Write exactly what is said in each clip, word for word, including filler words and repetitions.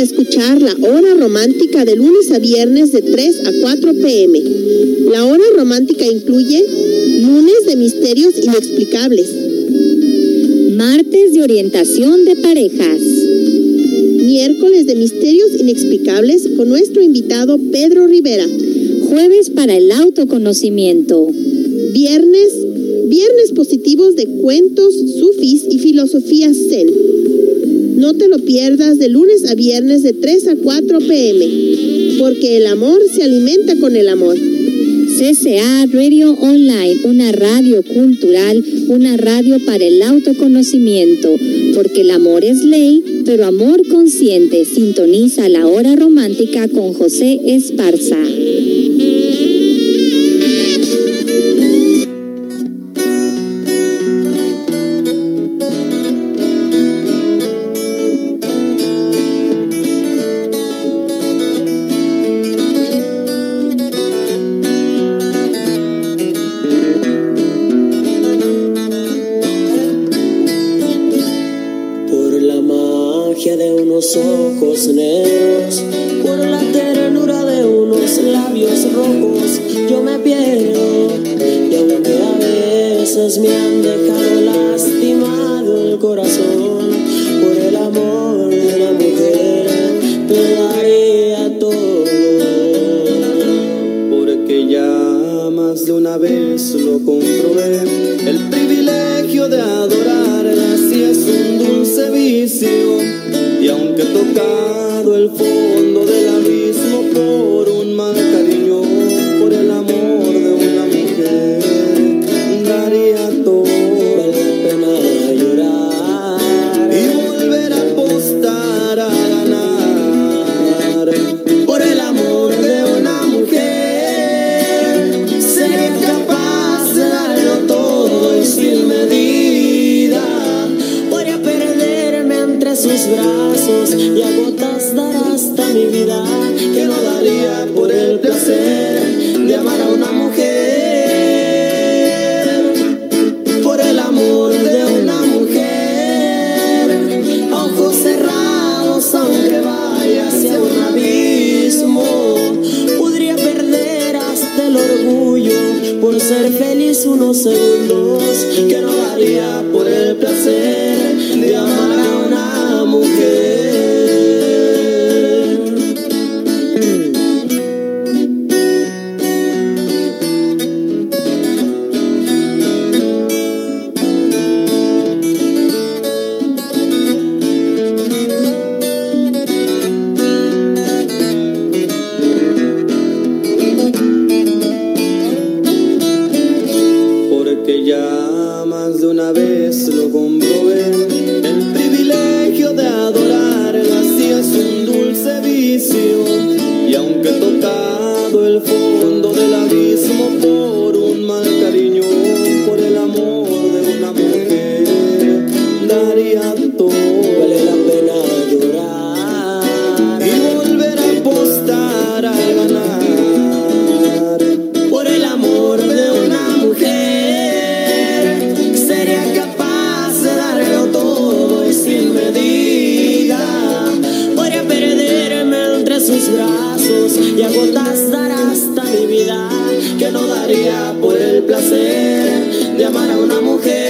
escuchar La Hora Romántica de lunes a viernes de tres a cuatro pe eme. La Hora Romántica incluye lunes de misterios inexplicables, martes de orientación de parejas, miércoles de misterios inexplicables con nuestro invitado Pedro Rivera, jueves para el autoconocimiento, viernes, viernes positivos de cuentos, sufis y filosofía zen. No te lo pierdas de lunes a viernes de tres a cuatro pe eme, porque el amor se alimenta con el amor. C C A Radio Online, una radio cultural, una radio para el autoconocimiento, porque el amor es ley, pero amor consciente. Sintoniza La Hora Romántica con José Esparza. Ojos negros, por la ternura de unos labios rojos, yo me pierdo. Y aunque a veces me han dejado lastimado el corazón, por el amor de una mujer te daría todo. Porque ya más de una vez lo comprobé, el privilegio de adorarla sí es un dulce vicio. Y aunque he tocado el fondo del abismo por un mal cariño, por el amor de una mujer, daría todo. Vale la pena llorar y volver a apostar a ganar. Por el amor de una mujer, sería capaz de darlo todo y sin medida. Podría perderme entre sus brazos y a gotas dar hasta mi vida, que no daría por el placer de amar a una mujer. Por el amor de una mujer, a ojos cerrados, aunque vaya hacia un abismo, podría perder hasta el orgullo por ser feliz unos segundos, que no daría por el placer de amar a una mujer. Porque ya más de una vez lo comprobé, el privilegio de adorarla así es un dulce vicio. Y aunque he tocado el fondo del abismo por un mal cariño, por el amor de una mujer, daría todo. Vale la pena llorar y volver a apostar a ganar. Por el amor de una mujer, sería capaz de darlo todo y sin medida. Podría perderme entre sus brazos y a gotas dar hasta mi vida, que no daría por el placer de amar a una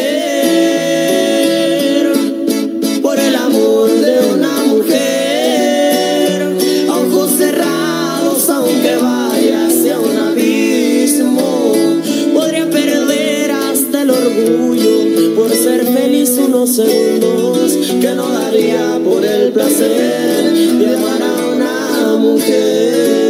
mujer. Por el amor de una mujer, a ojos cerrados, aunque vaya hacia un abismo, podría perder hasta el orgullo por ser feliz unos segundos, que no daría por el placer de amar a una mujer.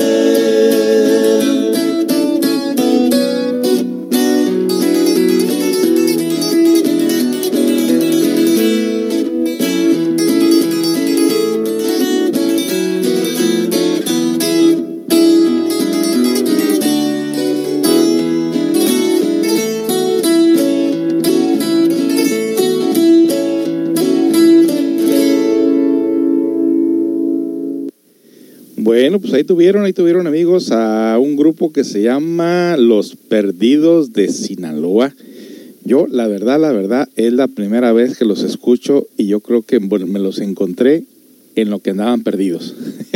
Bueno, pues ahí tuvieron, ahí tuvieron amigos a un grupo que se llama Los Perdidos de Sinaloa. Yo, la verdad, la verdad, es la primera vez que los escucho y yo creo que bueno, me los encontré en lo que andaban perdidos.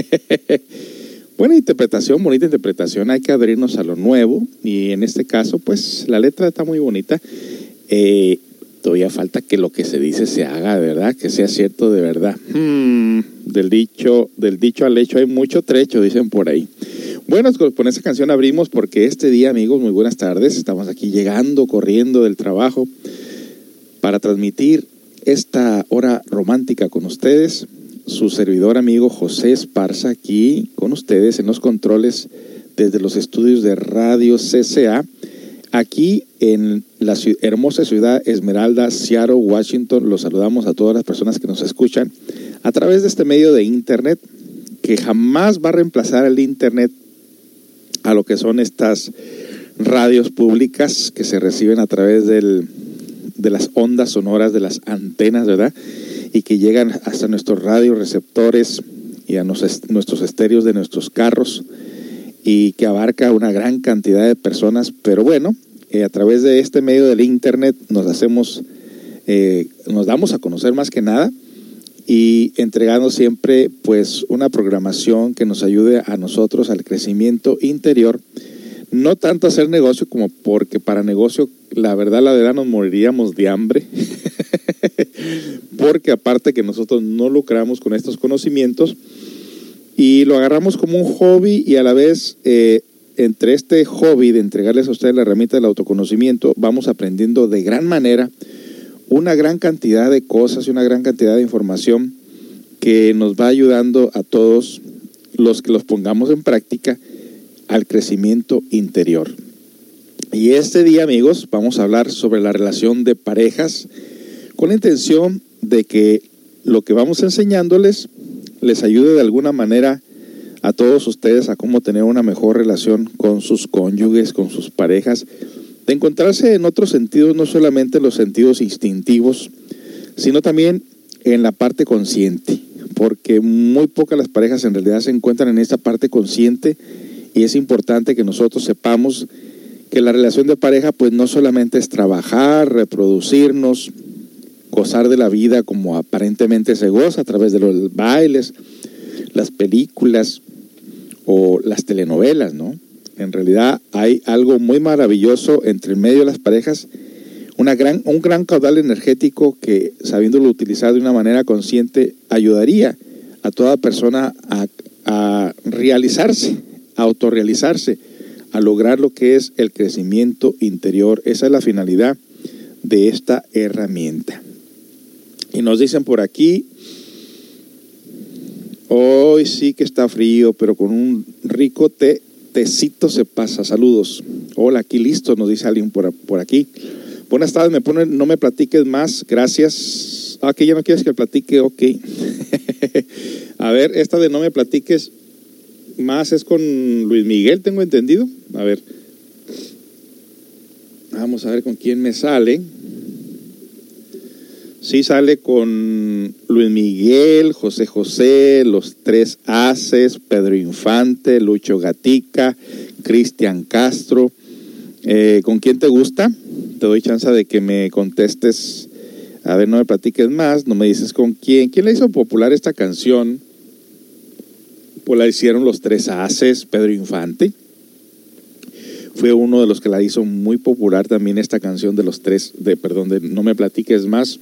Buena interpretación, bonita interpretación. Hay que abrirnos a lo nuevo. Y en este caso, pues, la letra está muy bonita. Eh, todavía falta que lo que se dice se haga, de verdad, que sea cierto de verdad. Hmm, del dicho, del dicho al hecho hay mucho trecho, dicen por ahí. Bueno, con esa canción abrimos porque este día, amigos, muy buenas tardes. Estamos aquí llegando, corriendo del trabajo para transmitir esta hora romántica con ustedes. Su servidor amigo José Esparza aquí con ustedes en los controles desde los estudios de Radio C C A, aquí en la ciudad, hermosa ciudad Esmeralda, Seattle, Washington. Los saludamos a todas las personas que nos escuchan a través de este medio de internet, que jamás va a reemplazar el internet a lo que son estas radios públicas que se reciben a través del, de las ondas sonoras de las antenas, ¿verdad? Y que llegan hasta nuestros radioreceptores y a nos, nuestros estéreos de nuestros carros, y que abarca una gran cantidad de personas. Pero bueno, eh, a través de este medio del internet nos hacemos, eh, nos damos a conocer más que nada, y entregando siempre pues una programación que nos ayude a nosotros al crecimiento interior. No tanto hacer negocio, como porque para negocio, la verdad, la verdad, nos moriríamos de hambre. Porque aparte que nosotros no lucramos con estos conocimientos y lo agarramos como un hobby, y a la vez, eh, entre este hobby de entregarles a ustedes la herramienta del autoconocimiento, vamos aprendiendo de gran manera una gran cantidad de cosas y una gran cantidad de información que nos va ayudando a todos los que los pongamos en práctica al crecimiento interior. Y este día, amigos, vamos a hablar sobre la relación de parejas, con la intención de que lo que vamos enseñándoles les ayude de alguna manera a todos ustedes a cómo tener una mejor relación con sus cónyuges, con sus parejas, de encontrarse en otros sentidos, no solamente los sentidos instintivos, sino también en la parte consciente, porque muy pocas las parejas en realidad se encuentran en esta parte consciente, y es importante que nosotros sepamos que la relación de pareja pues no solamente es trabajar, reproducirnos, gozar de la vida como aparentemente se goza a través de los bailes, las películas o las telenovelas, ¿no? En realidad hay algo muy maravilloso entre el medio de las parejas, una gran, un gran caudal energético que, sabiéndolo utilizar de una manera consciente, ayudaría a toda persona a, a realizarse, a autorrealizarse, a lograr lo que es el crecimiento interior. Esa es la finalidad de esta herramienta. Y nos dicen por aquí, hoy sí que está frío, pero con un rico té, tecito se pasa. Saludos. Hola, aquí listo, nos dice alguien por, por aquí. Buenas tardes, me pone, no me platiques más, gracias. Ah, que ya no quieres que platique, ok. A ver, esta de no me platiques más es con Luis Miguel, tengo entendido. A ver, vamos a ver con quién me sale. Sí, sale con Luis Miguel, José José, Los Tres Haces, Pedro Infante, Lucho Gatica, Cristian Castro. Eh, ¿Con quién te gusta? Te doy chance de que me contestes. A ver, no me platiques más, no me dices con quién. ¿Quién le hizo popular esta canción? Pues la hicieron Los Tres Haces, Pedro Infante. Fue uno de los que la hizo muy popular también esta canción de los tres, de perdón, de No me platiques más.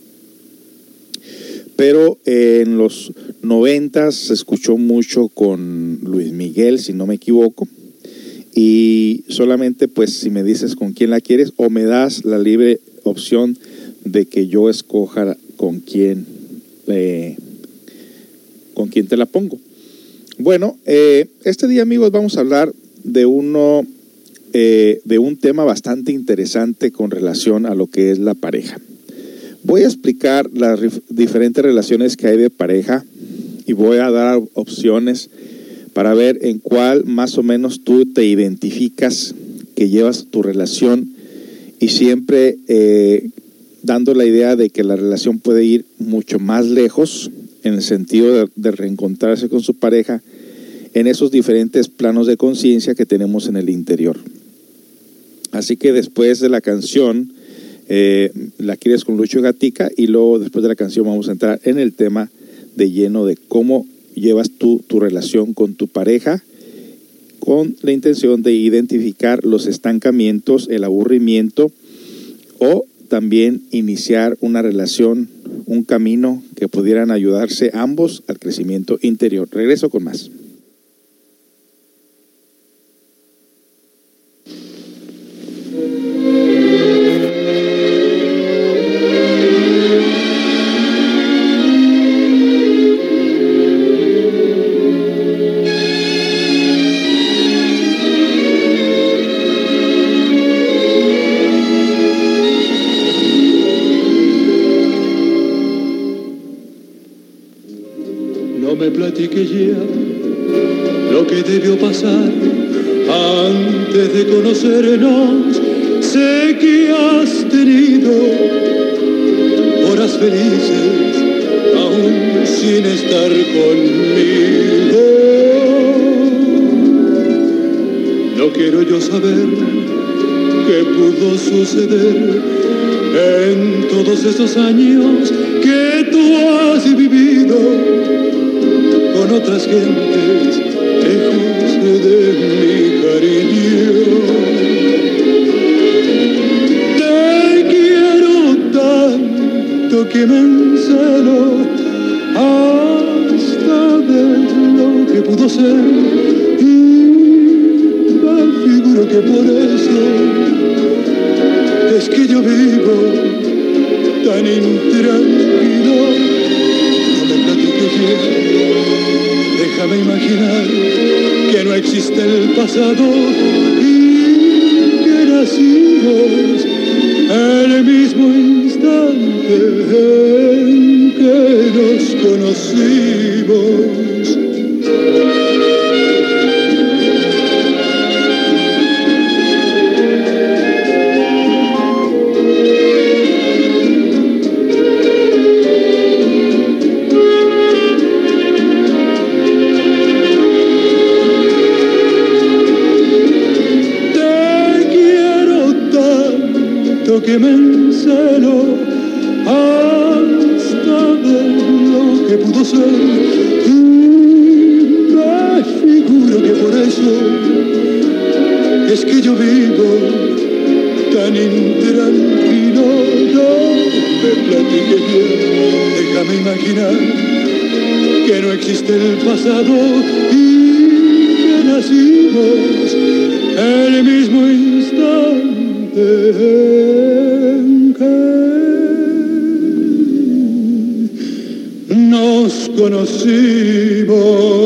Pero eh, en los noventas se escuchó mucho con Luis Miguel, si no me equivoco. Y solamente, pues, si me dices con quién la quieres, o me das la libre opción de que yo escoja con quién, eh, con quién te la pongo. Bueno, eh, este día, amigos, vamos a hablar de uno, eh, de un tema bastante interesante con relación a lo que es la pareja. Voy a explicar las diferentes relaciones que hay de pareja y voy a dar opciones para ver en cuál más o menos tú te identificas que llevas tu relación, y siempre eh, dando la idea de que la relación puede ir mucho más lejos en el sentido de, de reencontrarse con su pareja en esos diferentes planos de conciencia que tenemos en el interior. Así que después de la canción, Eh, la quieres con Lucho Gatica, y luego después de la canción vamos a entrar en el tema de lleno de cómo llevas tú tu relación con tu pareja, con la intención de identificar los estancamientos, el aburrimiento, o también iniciar una relación, un camino que pudieran ayudarse ambos al crecimiento interior. Regreso con más. Platique ya lo que debió pasar antes de conocernos. Sé que has tenido horas felices aún sin estar conmigo. No quiero yo saber qué pudo suceder en todos esos años que tú has vivido con otras gentes, lejos de mi cariño. Te quiero tanto que me encelo hasta ver lo que pudo ser, y me figuro que por eso es que yo vivo tan intranquilo. No me platiques bien, déjame imaginar que no existe el pasado y que nacimos en el mismo instante en que nos conocimos. Que me encelo hasta ver lo que pudo ser, y me figuro que por eso es que yo vivo tan intranquilo. No me platiques bien, déjame imaginar que no existe el pasado y que nacimos en el mismo instante nos conocimos.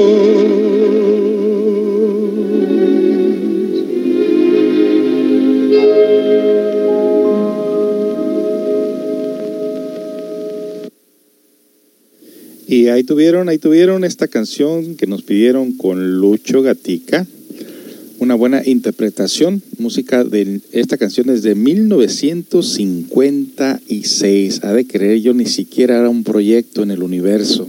Y ahí tuvieron, ahí tuvieron esta canción que nos pidieron con Lucho Gatica. Una buena interpretación, música de esta canción es de mil novecientos cincuenta y seis. Ha de creer, yo ni siquiera era un proyecto en el universo.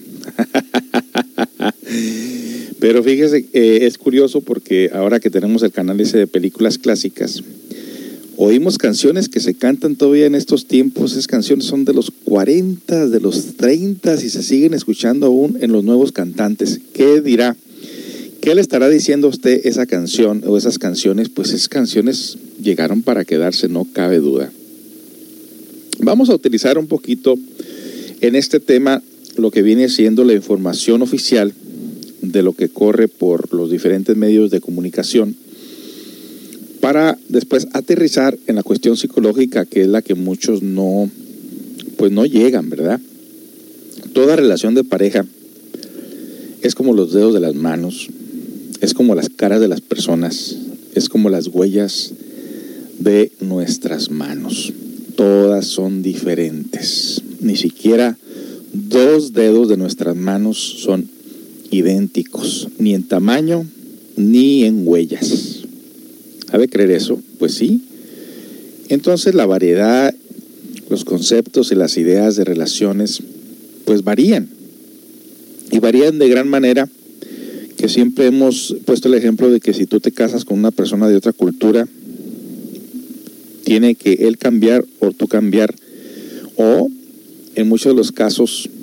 Pero fíjese, eh, es curioso porque ahora que tenemos el canal ese de películas clásicas, oímos canciones que se cantan todavía en estos tiempos. Esas canciones son de los cuarenta, de los treinta y se siguen escuchando aún en los nuevos cantantes. ¿Qué dirá? ¿Qué le estará diciendo a usted esa canción o esas canciones? Pues esas canciones llegaron para quedarse, no cabe duda. Vamos a utilizar un poquito en este tema lo que viene siendo la información oficial de lo que corre por los diferentes medios de comunicación para después aterrizar en la cuestión psicológica, que es la que muchos no, pues no llegan, ¿verdad? Toda relación de pareja es como los dedos de las manos. Es como las caras de las personas, es como las huellas de nuestras manos. Todas son diferentes. Ni siquiera dos dedos de nuestras manos son idénticos, ni en tamaño ni en huellas. ¿Ha de creer eso? Pues sí. Entonces la variedad, los conceptos y las ideas de relaciones, pues varían. Y varían de gran manera, que siempre hemos puesto el ejemplo de que si tú te casas con una persona de otra cultura, tiene que él cambiar o tú cambiar, o en muchos de los casos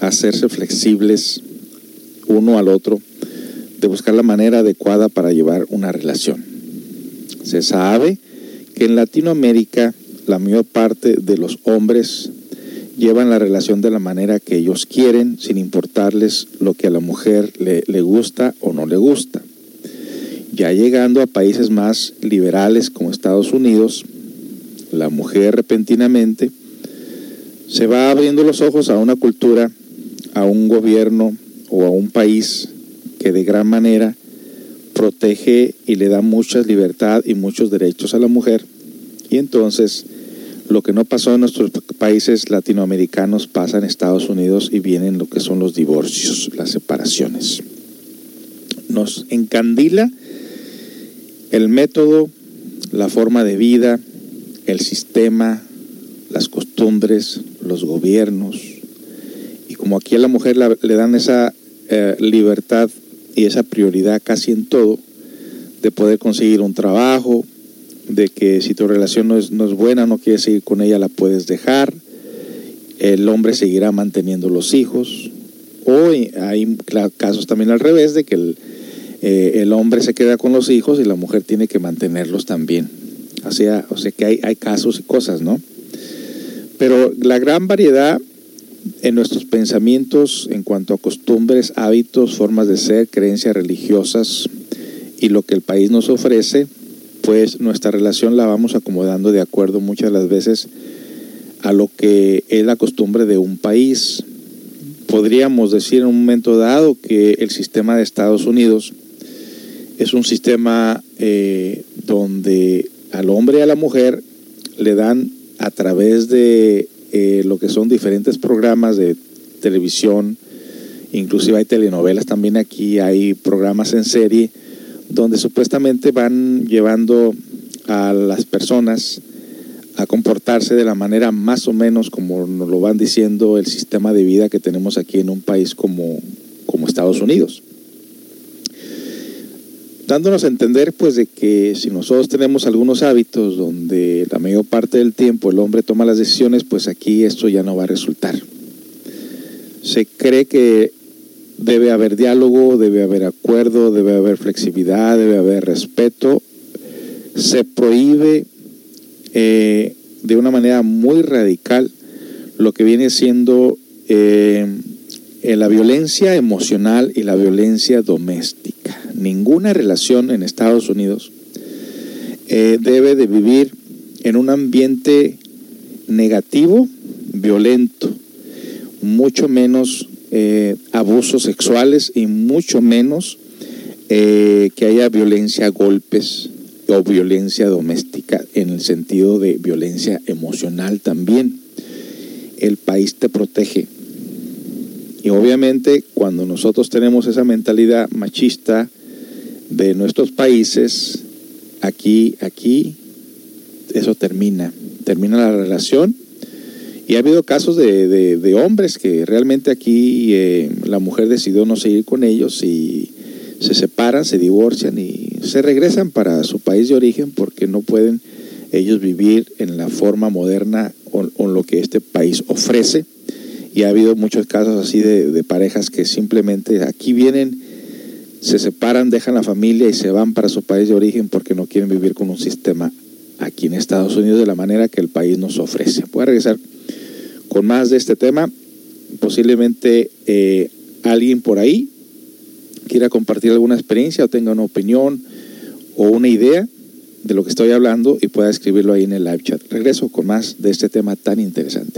hacerse flexibles uno al otro, de buscar la manera adecuada para llevar una relación. Se sabe que en Latinoamérica la mayor parte de los hombres llevan la relación de la manera que ellos quieren, sin importarles lo que a la mujer le, le gusta o no le gusta. Ya llegando a países más liberales como Estados Unidos, la mujer repentinamente se va abriendo los ojos a una cultura, a un gobierno o a un país que de gran manera protege y le da mucha libertad y muchos derechos a la mujer. Y entonces lo que no pasó en nuestros países latinoamericanos pasa en Estados Unidos y vienen lo que son los divorcios, las separaciones. Nos encandila el método, la forma de vida, el sistema, las costumbres, los gobiernos. Y como aquí a la mujer la, le dan esa eh, libertad y esa prioridad casi en todo, de poder conseguir un trabajo, de que si tu relación no es, no es buena, no quieres seguir con ella, la puedes dejar. El hombre seguirá manteniendo los hijos. O hay casos también al revés, de que el, eh, el hombre se queda con los hijos y la mujer tiene que mantenerlos también. O sea, o sea que hay, hay casos y cosas, ¿no? Pero la gran variedad en nuestros pensamientos en cuanto a costumbres, hábitos, formas de ser, creencias religiosas y lo que el país nos ofrece, pues nuestra relación la vamos acomodando de acuerdo muchas de las veces a lo que es la costumbre de un país. Podríamos decir en un momento dado que el sistema de Estados Unidos es un sistema eh, donde al hombre y a la mujer le dan a través de eh, lo que son diferentes programas de televisión, inclusive hay telenovelas también aquí, hay programas en serie, donde supuestamente van llevando a las personas a comportarse de la manera más o menos como nos lo van diciendo el sistema de vida que tenemos aquí en un país como, como Estados Unidos. Dándonos a entender pues de que si nosotros tenemos algunos hábitos donde la mayor parte del tiempo el hombre toma las decisiones, pues aquí esto ya no va a resultar. Se cree que debe haber diálogo, debe haber acuerdo, debe haber flexibilidad, debe haber respeto. Se prohíbe eh, de una manera muy radical lo que viene siendo eh, la violencia emocional y la violencia doméstica. Ninguna relación en Estados Unidos eh, debe de vivir en un ambiente negativo, violento, mucho menos Eh, abusos sexuales y mucho menos eh, que haya violencia, golpes o violencia doméstica, en el sentido de violencia emocional también. El país te protege. Y obviamente cuando nosotros tenemos esa mentalidad machista de nuestros países, aquí, aquí, eso termina. Termina la relación. Y ha habido casos de, de, de hombres que realmente aquí eh, la mujer decidió no seguir con ellos y se separan, se divorcian y se regresan para su país de origen porque no pueden ellos vivir en la forma moderna o, o lo que este país ofrece. Y ha habido muchos casos así de, de parejas que simplemente aquí vienen, se separan, dejan la familia y se van para su país de origen porque no quieren vivir con un sistema aquí en Estados Unidos de la manera que el país nos ofrece. Voy a regresar con más de este tema. Posiblemente eh, alguien por ahí quiera compartir alguna experiencia o tenga una opinión o una idea de lo que estoy hablando y pueda escribirlo ahí en el live chat. Regreso con más de este tema tan interesante.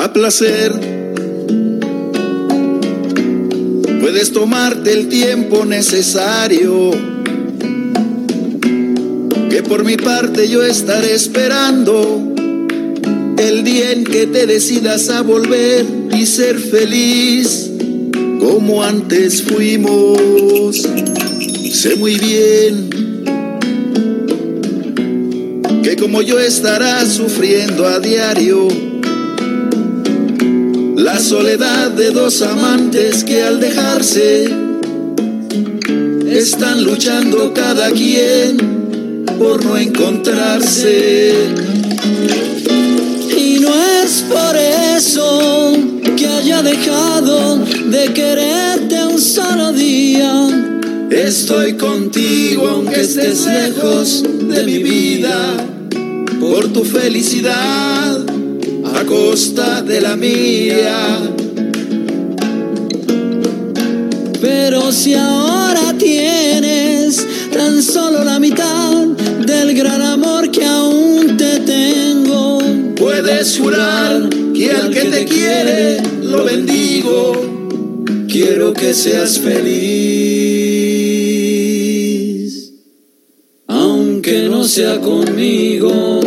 a placer. Puedes tomarte el tiempo necesario, que por mi parte yo estaré esperando el día en que te decidas a volver y ser feliz como antes fuimos. Sé muy bien que como yo estarás sufriendo a diario la soledad de dos amantes que al dejarse están luchando cada quien por no encontrarse. Y no es por eso que haya dejado de quererte un solo día. Estoy contigo aunque estés lejos de mi vida, por tu felicidad a costa de la mía. Pero si ahora tienes tan solo la mitad del gran amor que aún te tengo, puedes jurar que al que te quiere lo bendigo. Quiero que seas feliz, aunque no sea conmigo.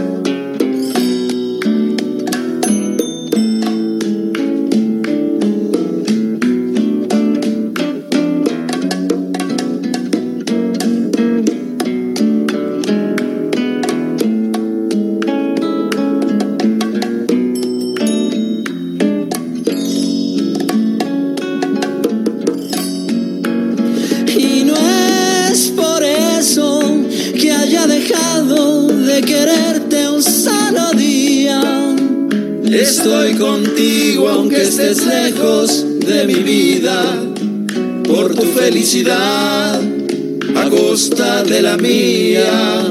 Estoy contigo aunque estés lejos de mi vida, por tu felicidad a costa de la mía.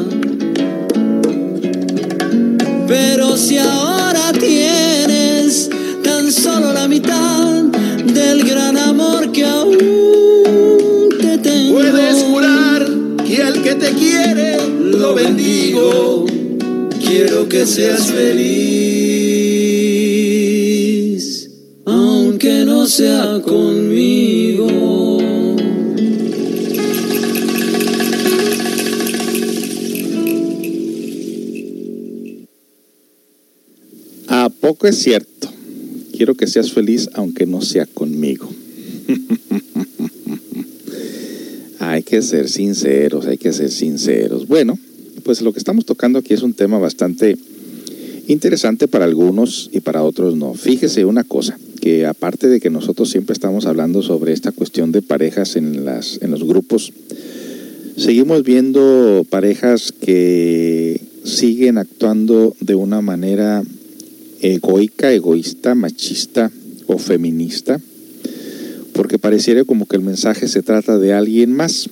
Pero si ahora tienes tan solo la mitad del gran amor que aún te tengo, puedes jurar que al que te quiere lo bendigo. Quiero que seas feliz, aunque no sea conmigo. ¿A poco es cierto? Quiero que seas feliz, aunque no sea conmigo. Hay que ser sinceros, hay que ser sinceros. Bueno, pues lo que estamos tocando aquí es un tema bastante interesante para algunos y para otros no. Fíjese una cosa, que aparte de que nosotros siempre estamos hablando sobre esta cuestión de parejas en, las, en los grupos, seguimos viendo parejas que siguen actuando de una manera egoica, egoísta, machista o feminista, porque pareciera como que el mensaje se trata de alguien más.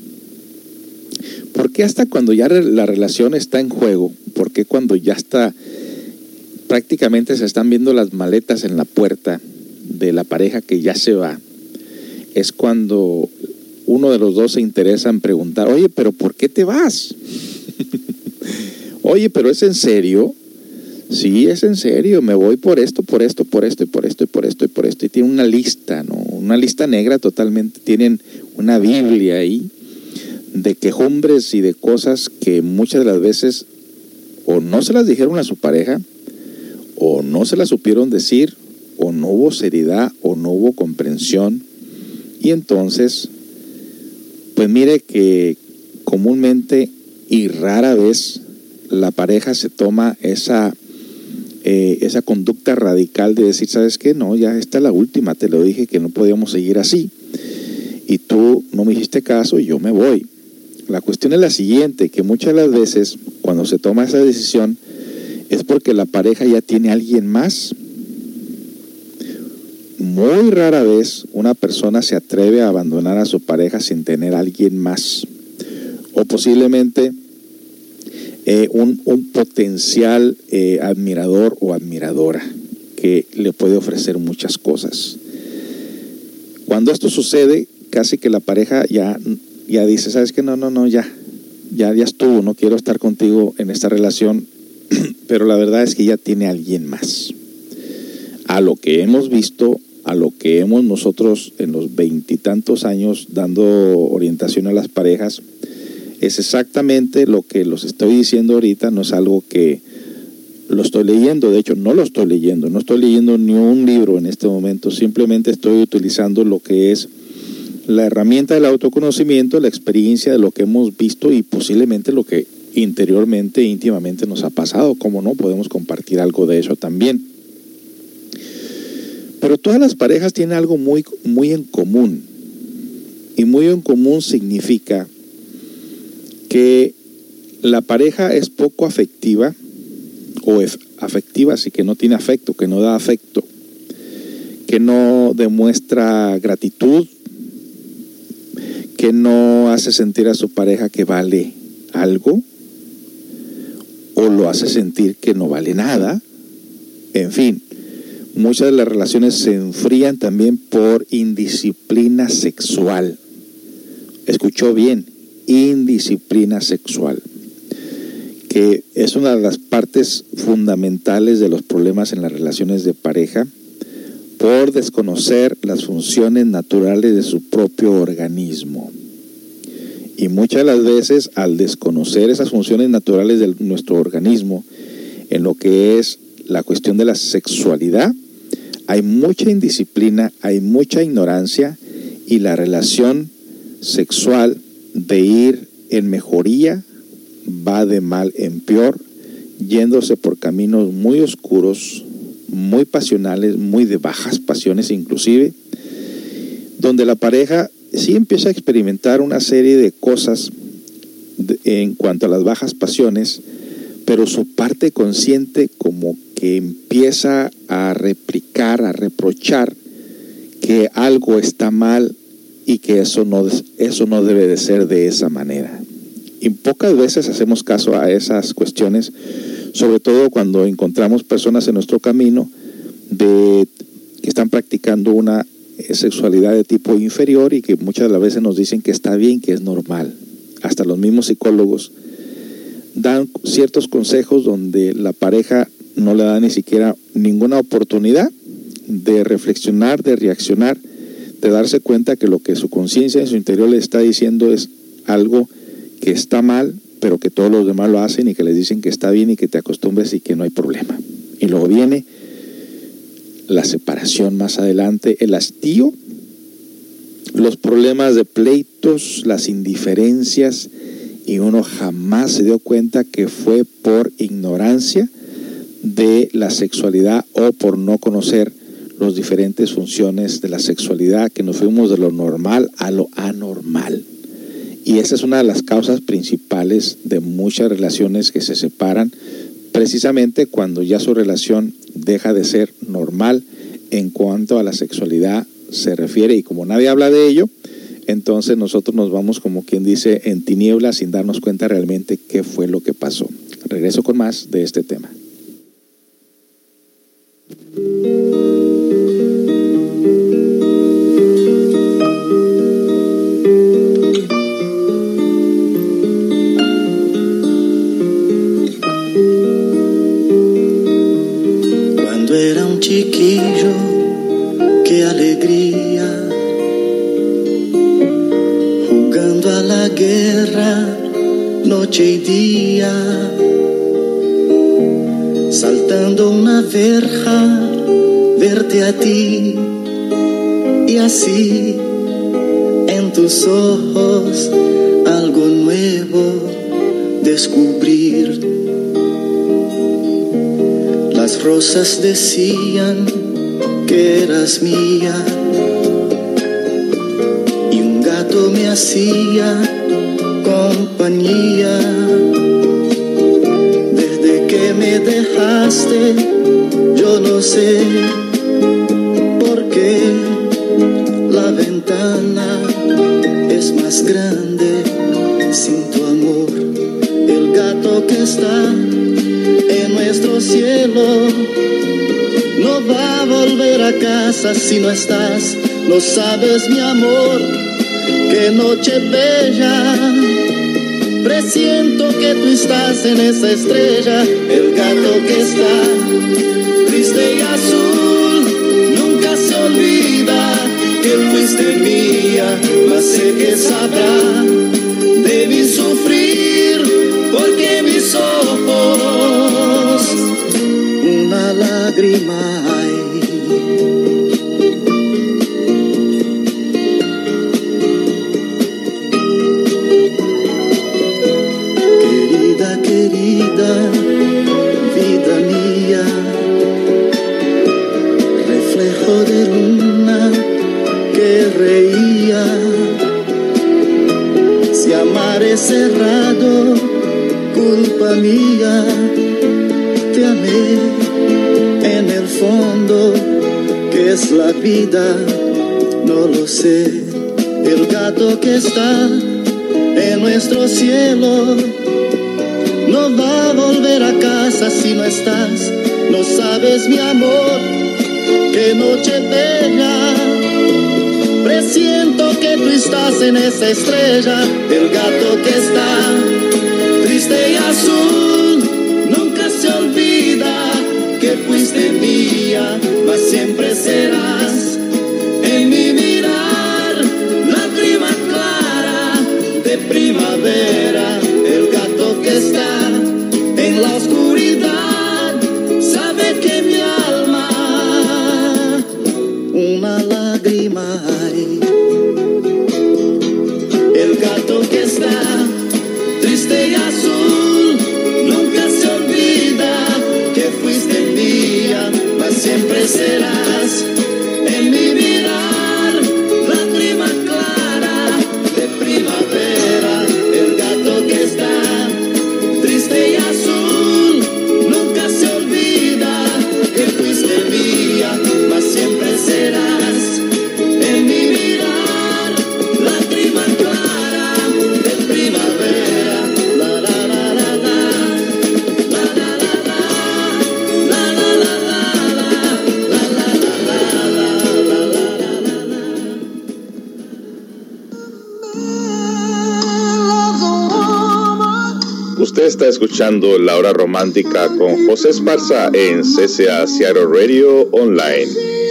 ¿Por qué hasta cuando ya la relación está en juego? ¿Por qué cuando ya está, prácticamente se están viendo las maletas en la puerta de la pareja que ya se va, es cuando uno de los dos se interesa en preguntar, oye, pero ¿por qué te vas? Oye, pero ¿es en serio? Sí, es en serio, me voy por esto, por esto, por esto, y por esto, y por esto, y por esto. Y tiene una lista, ¿no? Una lista negra totalmente, tienen una Biblia ahí de quejumbres y de cosas que muchas de las veces o no se las dijeron a su pareja, o no se las supieron decir, o no hubo seriedad, o no hubo comprensión. Y entonces, pues mire que comúnmente y rara vez la pareja se toma esa, eh, esa conducta radical de decir, ¿sabes qué? No, ya esta es la última, te lo dije que no podíamos seguir así. Y tú no me hiciste caso y yo me voy. La cuestión es la siguiente, que muchas de las veces cuando se toma esa decisión es porque la pareja ya tiene a alguien más. Muy rara vez una persona se atreve a abandonar a su pareja sin tener a alguien más. O posiblemente eh, un, un potencial eh, admirador o admiradora que le puede ofrecer muchas cosas. Cuando esto sucede, casi que la pareja ya... ya dice, ¿sabes qué? No, no, no, ya, ya, ya estuvo, no quiero estar contigo en esta relación, pero la verdad es que ya tiene a alguien más. a lo que hemos visto, a lo que hemos nosotros en los veintitantos años dando orientación a las parejas, es exactamente lo que los estoy diciendo ahorita, no es algo que lo estoy leyendo, de hecho no lo estoy leyendo, no estoy leyendo ni un libro en este momento, simplemente estoy utilizando lo que es la herramienta del autoconocimiento, la experiencia de lo que hemos visto y posiblemente lo que interiormente, íntimamente nos ha pasado. Cómo no, podemos compartir algo de eso también. Pero todas las parejas tienen algo muy, muy en común. Y muy en común significa que la pareja es poco afectiva, o es afectiva, así que no tiene afecto, que no da afecto, que no demuestra gratitud, que no hace sentir a su pareja que vale algo, o lo hace sentir que no vale nada. En fin, muchas de las relaciones se enfrían también por indisciplina sexual. Escuchó bien, indisciplina sexual, que es una de las partes fundamentales de los problemas en las relaciones de pareja, por desconocer las funciones naturales de su propio organismo. Y muchas de las veces, al desconocer esas funciones naturales de nuestro organismo, en lo que es la cuestión de la sexualidad, hay mucha indisciplina, hay mucha ignorancia, y la relación sexual de ir en mejoría va de mal en peor, yéndose por caminos muy oscuros, muy pasionales, muy de bajas pasiones inclusive, donde la pareja sí empieza a experimentar una serie de cosas de, en cuanto a las bajas pasiones, pero su parte consciente como que empieza a replicar, a reprochar que algo está mal y que eso no, eso no debe de ser de esa manera. Y pocas veces hacemos caso a esas cuestiones, sobre todo cuando encontramos personas en nuestro camino de, que están practicando una sexualidad de tipo inferior y que muchas de las veces nos dicen que está bien, que es normal. Hasta los mismos psicólogos dan ciertos consejos donde la pareja no le da ni siquiera ninguna oportunidad de reflexionar, de reaccionar, de darse cuenta que lo que su conciencia en su interior le está diciendo es algo que está mal, pero que todos los demás lo hacen y que les dicen que está bien y que te acostumbres y que no hay problema. Y luego viene la separación más adelante, el hastío, los problemas de pleitos, las indiferencias, y uno jamás se dio cuenta que fue por ignorancia de la sexualidad o por no conocer las diferentes funciones de la sexualidad, que nos fuimos de lo normal a lo anormal. Y esa es una de las causas principales de muchas relaciones que se separan, precisamente cuando ya su relación deja de ser normal en cuanto a la sexualidad se refiere, y como nadie habla de ello, entonces nosotros nos vamos, como quien dice, en tinieblas sin darnos cuenta realmente qué fue lo que pasó. Regreso con más de este tema. Cuando era un chiquillo, qué alegría, jugando a la guerra noche y día, saltando una verja, verte a ti y así en tus ojos algo nuevo descubrir. Las rosas decían que eras mía y un gato me hacía compañía. Desde que me dejaste, yo no sé por qué la ventana es más grande sin tu amor. El gato que está en nuestro cielo no va a volver a casa si no estás. No sabes, mi amor, qué noche bella, presiento que tú estás en esa estrella. El gato que está triste y azul fuiste mía, mas sé que sabrá. Debí sufrir porque mis ojos una lágrima hay. Querida, querida, vida mía, reflejo de luna que reía. Si amar es cerrado, culpa mía, te amé en el fondo, ¿qué es la vida? No lo sé. El gato que está en nuestro cielo no va a volver a casa si no estás. No sabes, mi amor, qué noche bella. Presiento que tú estás en esa estrella. El gato que está triste y azul nunca se olvida que fuiste mía, mas siempre serás en mi mirar, lágrima clara de primavera. El gato que está en la oscuridad sabe que mi alma una lágrima hay. El gato que está triste y azul nunca se olvida que fuiste mía, mas siempre serás en mi mirar, lágrima clara de primavera. El gato que está triste y azul nunca se olvida que fuiste mía, mas siempre serás en mi mirar, lágrima clara de primavera. La la la la la, la la la la, la la la la, la la la la, la la la. Usted está escuchando La Hora Romántica con José Esparza en C C A Seattle Radio Online.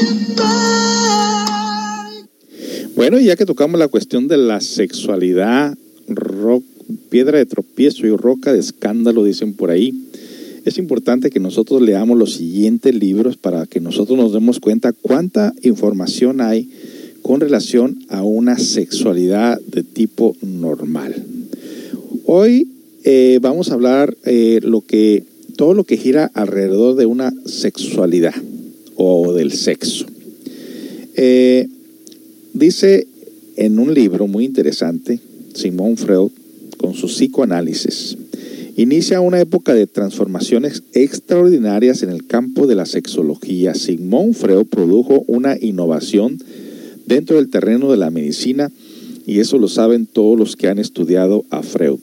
Bueno, ya que tocamos la cuestión de la sexualidad, rock, piedra de tropiezo y roca de escándalo, dicen por ahí, es importante que nosotros leamos los siguientes libros para que nosotros nos demos cuenta cuánta información hay con relación a una sexualidad de tipo normal. Hoy eh, vamos a hablar eh, lo que todo lo que gira alrededor de una sexualidad o del sexo. Eh, dice en un libro muy interesante, Sigmund Freud, con su psicoanálisis, inicia una época de transformaciones extraordinarias en el campo de la sexología. Sigmund Freud produjo una innovación dentro del terreno de la medicina, y eso lo saben todos los que han estudiado a Freud.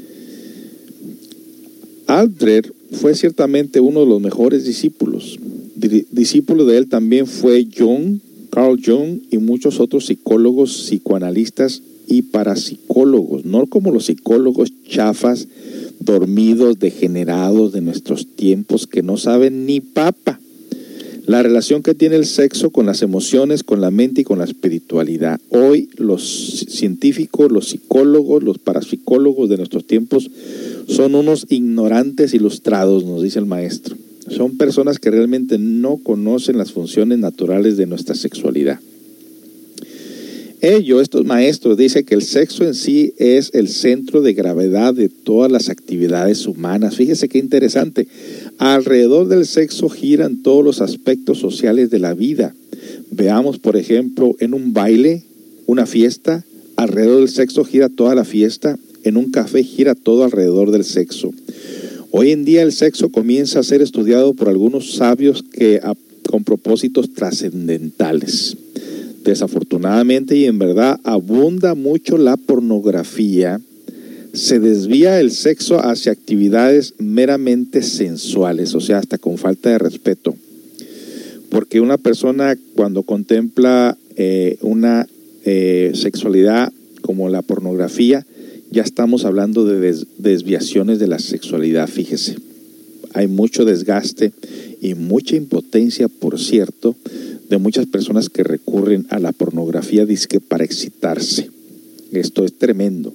Adler fue ciertamente uno de los mejores discípulos. Discípulo de él también fue Jung, Carl Jung y muchos otros psicólogos, psicoanalistas y parapsicólogos, no como los psicólogos chafas, dormidos, degenerados de nuestros tiempos que no saben ni papa. La relación que tiene el sexo con las emociones, con la mente y con la espiritualidad. Hoy los científicos, los psicólogos, los parapsicólogos de nuestros tiempos son unos ignorantes ilustrados, nos dice el maestro. Son personas que realmente no conocen las funciones naturales de nuestra sexualidad. Ellos, estos maestros, dicen que el sexo en sí es el centro de gravedad de todas las actividades humanas. Fíjese qué interesante. Alrededor del sexo giran todos los aspectos sociales de la vida. Veamos, por ejemplo, en un baile, una fiesta, alrededor del sexo gira toda la fiesta. En un café gira todo alrededor del sexo. Hoy en día el sexo comienza a ser estudiado por algunos sabios que, a, con propósitos trascendentales. Desafortunadamente y en verdad abunda mucho la pornografía. Se desvía el sexo hacia actividades meramente sensuales, o sea, hasta con falta de respeto. Porque una persona cuando contempla eh, una eh, sexualidad como la pornografía, ya estamos hablando de des- desviaciones de la sexualidad, fíjese. Hay mucho desgaste y mucha impotencia, por cierto, de muchas personas que recurren a la pornografía disque para excitarse. Esto es tremendo.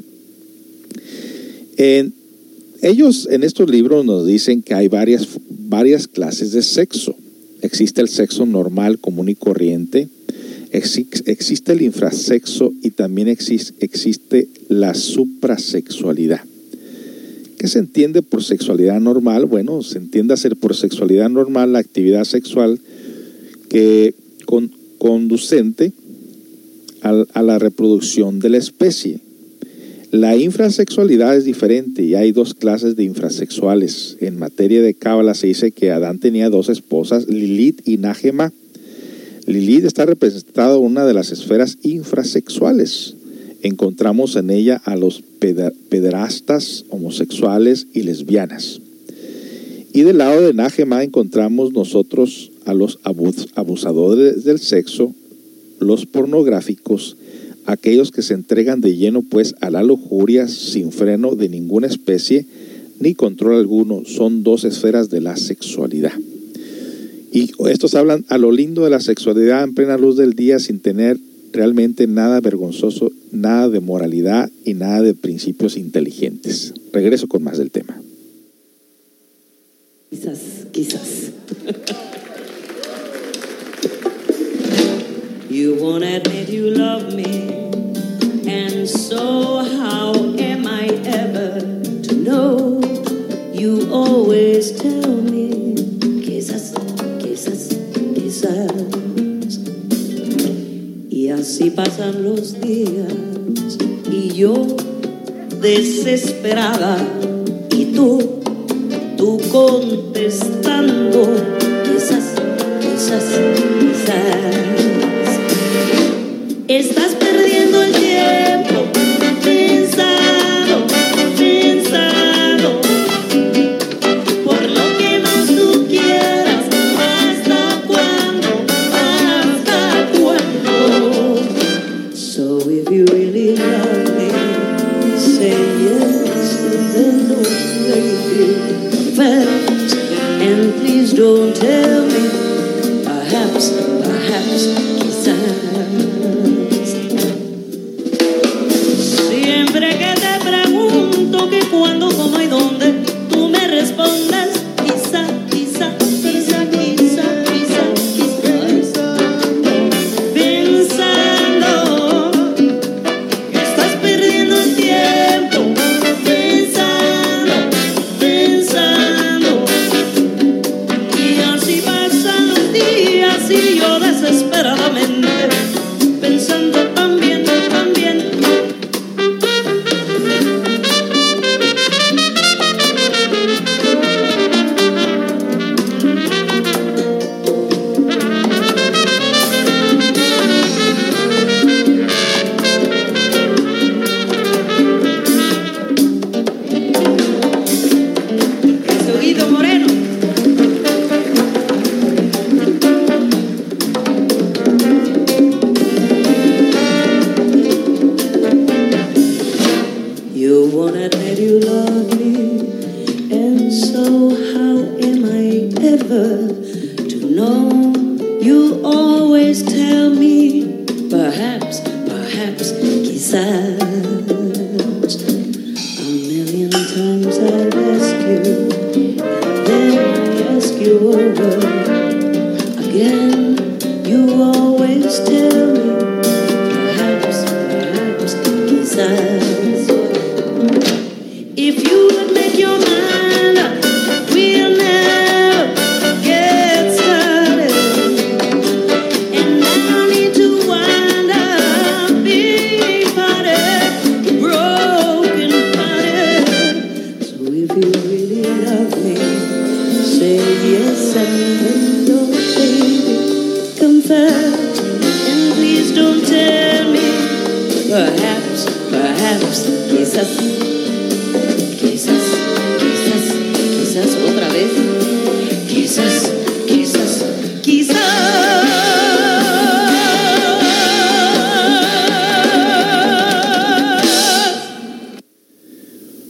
En, ellos en estos libros nos dicen que hay varias, varias clases de sexo. Existe el sexo normal, común y corriente. Existe el infrasexo y también existe la suprasexualidad. ¿Qué se entiende por sexualidad normal? Bueno, se entiende hacer por sexualidad normal la actividad sexual que con, conducente a, a la reproducción de la especie. La infrasexualidad es diferente y hay dos clases de infrasexuales. En materia de cábala se dice que Adán tenía dos esposas, Lilith y Nájema. Lilith está representada en una de las esferas infrasexuales. Encontramos en ella a los pederastas, homosexuales y lesbianas. Y del lado de Nájema encontramos nosotros a los abusadores del sexo, los pornográficos, aquellos que se entregan de lleno pues a la lujuria sin freno de ninguna especie ni control alguno. Son dos esferas de la sexualidad. Y estos hablan a lo lindo de la sexualidad en plena luz del día sin tener realmente nada vergonzoso, nada de moralidad y nada de principios inteligentes. Regreso con más del tema. Quizás, quizás. You won't admit you love me, and so how am I ever to know? You always tell me, quizás, quizás, quizás. Y así pasan los días, y yo desesperada, y tú, tú contestando, quizás, quizás, quizás. Estás perdiendo el tiempo pensando, pensando por lo que más tú quieras. ¿Hasta cuándo? ¿Hasta cuándo? So if you really love me, say yes and then don't baby. Perhaps, and please don't tell me. Perhaps, perhaps, quizás. Que cuando, cómo y dónde tú me respondas, quizá, quizá, quizá, quizá, quizá, quizá, pensando que estás perdiendo el tiempo, pensando, pensando, y así pasan los días y yo desesperadamente pensando también, también.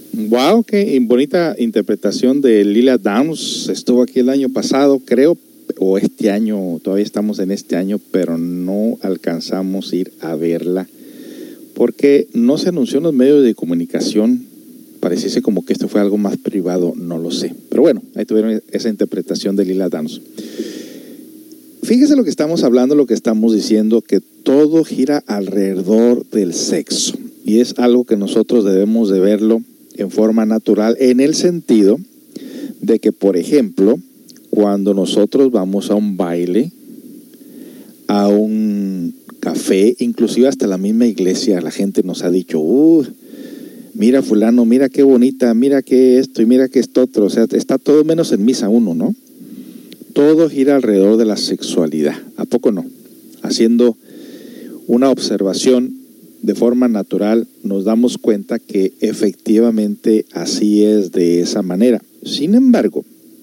Bonita interpretación de Lila Downs. Estuvo aquí el año pasado, creo, o este año, todavía estamos en este año, pero no alcanzamos a ir a verla porque no se anunció en los medios de comunicación. Pareciese como que esto fue algo más privado, no lo sé. Pero bueno, ahí tuvieron esa interpretación de Lila Downs. Fíjese lo que estamos hablando, lo que estamos diciendo, que todo gira alrededor del sexo. Y es algo que nosotros debemos de verlo en forma natural, en el sentido de que, por ejemplo, cuando nosotros vamos a un baile, a un café, inclusive hasta la misma iglesia, la gente nos ha dicho, uh, mira fulano, mira qué bonita, mira qué esto y mira qué esto otro. O sea, está todo menos en misa uno, ¿no? Todo gira alrededor de la sexualidad. ¿A poco no? Haciendo una observación de forma natural, nos damos cuenta que efectivamente así es de esa manera. Sin embargo,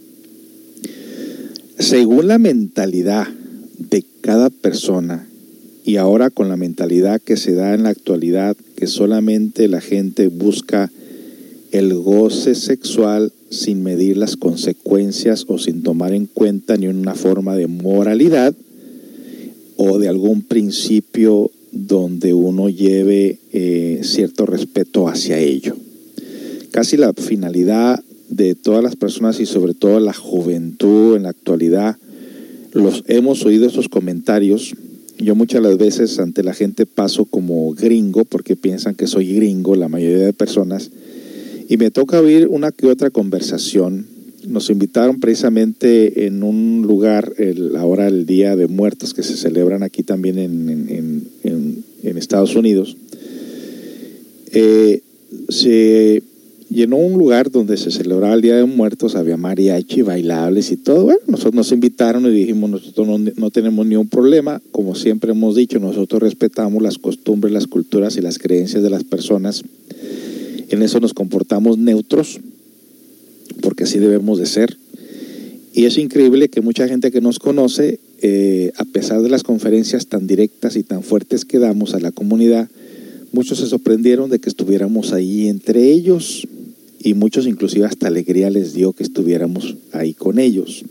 según la mentalidad de cada persona, y ahora con la mentalidad que se da en la actualidad, que solamente la gente busca el goce sexual sin medir las consecuencias o sin tomar en cuenta ni una forma de moralidad o de algún principio donde uno lleve eh, cierto respeto hacia ello. Casi la finalidad de todas las personas y sobre todo la juventud en la actualidad, los hemos oído estos comentarios. Yo muchas de las veces ante la gente paso como gringo porque piensan que soy gringo, la mayoría de personas, y me toca oír una que otra conversación. Nos invitaron precisamente en un lugar, el, ahora el Día de Muertos, que se celebran aquí también en, en, en, en Estados Unidos. Eh, se llenó un lugar donde se celebraba el Día de Muertos, había mariachi, bailables y todo. Bueno, nosotros nos invitaron y dijimos, nosotros no, no tenemos ni un problema. Como siempre hemos dicho, nosotros respetamos las costumbres, las culturas y las creencias de las personas. En eso nos comportamos neutros, porque así debemos de ser. Y es increíble que mucha gente que nos conoce, eh, a pesar de las conferencias tan directas y tan fuertes que damos a la comunidad, muchos se sorprendieron de que estuviéramos ahí entre ellos, y muchos inclusive hasta alegría les dio que estuviéramos ahí con ellos.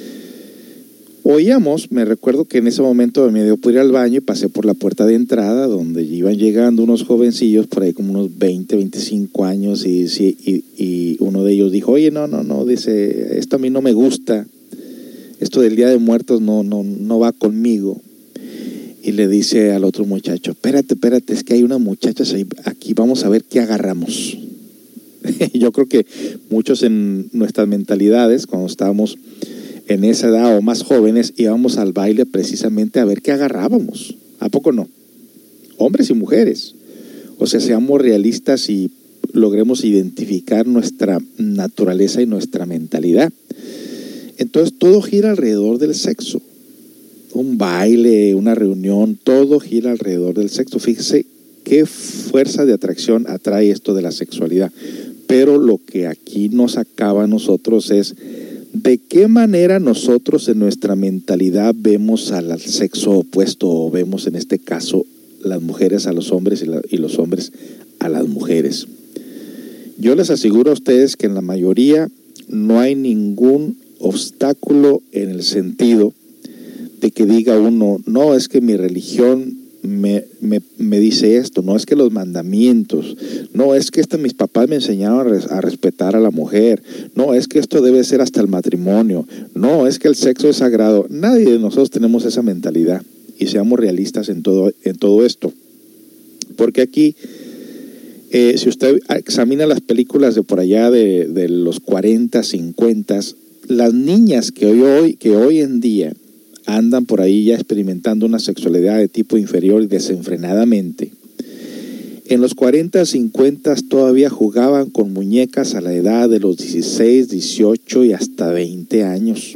Oíamos, me recuerdo que en ese momento me dio por ir al baño y pasé por la puerta de entrada donde iban llegando unos jovencillos por ahí como unos veinte, veinticinco años y, y, y uno de ellos dijo, oye, no, no, no, dice, esto a mí no me gusta, esto del Día de Muertos no, no, no va conmigo. Y le dice al otro muchacho, espérate, espérate, es que hay unas muchachas ahí, aquí vamos a ver qué agarramos. Yo creo que muchos en nuestras mentalidades, cuando estábamos en esa edad o más jóvenes, íbamos al baile precisamente a ver qué agarrábamos. ¿A poco no? Hombres y mujeres. O sea, seamos realistas y logremos identificar nuestra naturaleza y nuestra mentalidad. Entonces, todo gira alrededor del sexo. Un baile, una reunión, todo gira alrededor del sexo. Fíjese qué fuerza de atracción atrae esto de la sexualidad. Pero lo que aquí nos acaba a nosotros es de qué manera nosotros en nuestra mentalidad vemos al sexo opuesto, o vemos en este caso las mujeres a los hombres y, la, y los hombres a las mujeres. Yo les aseguro a ustedes que en la mayoría no hay ningún obstáculo en el sentido de que diga uno, no, es que mi religión me, me, me dice esto, no es que los mandamientos, no es que esto mis papás me enseñaron a, res, a respetar a la mujer, no es que esto debe ser hasta el matrimonio, no es que el sexo es sagrado. Nadie de nosotros tenemos esa mentalidad, y seamos realistas en todo, en todo esto, porque aquí eh, si usted examina las películas de por allá de, de los cuarenta, cincuenta, las niñas que hoy, que hoy en día andan por ahí ya experimentando una sexualidad de tipo inferior y desenfrenadamente, en los cuarenta, cincuenta todavía jugaban con muñecas a la edad de los dieciséis, dieciocho y hasta veinte años.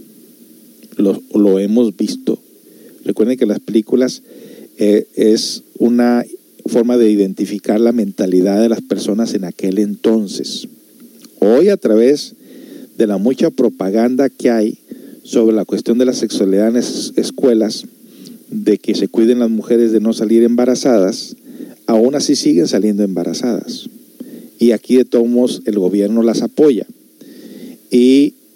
Lo, lo hemos visto. Recuerden que las películas eh, es una forma de identificar la mentalidad de las personas en aquel entonces. Hoy, a través de la mucha propaganda que hay sobre la cuestión de la sexualidad en las escuelas, de que se cuiden las mujeres de no salir embarazadas, aún así siguen saliendo embarazadas. Y aquí de todos modos el gobierno las apoya. Y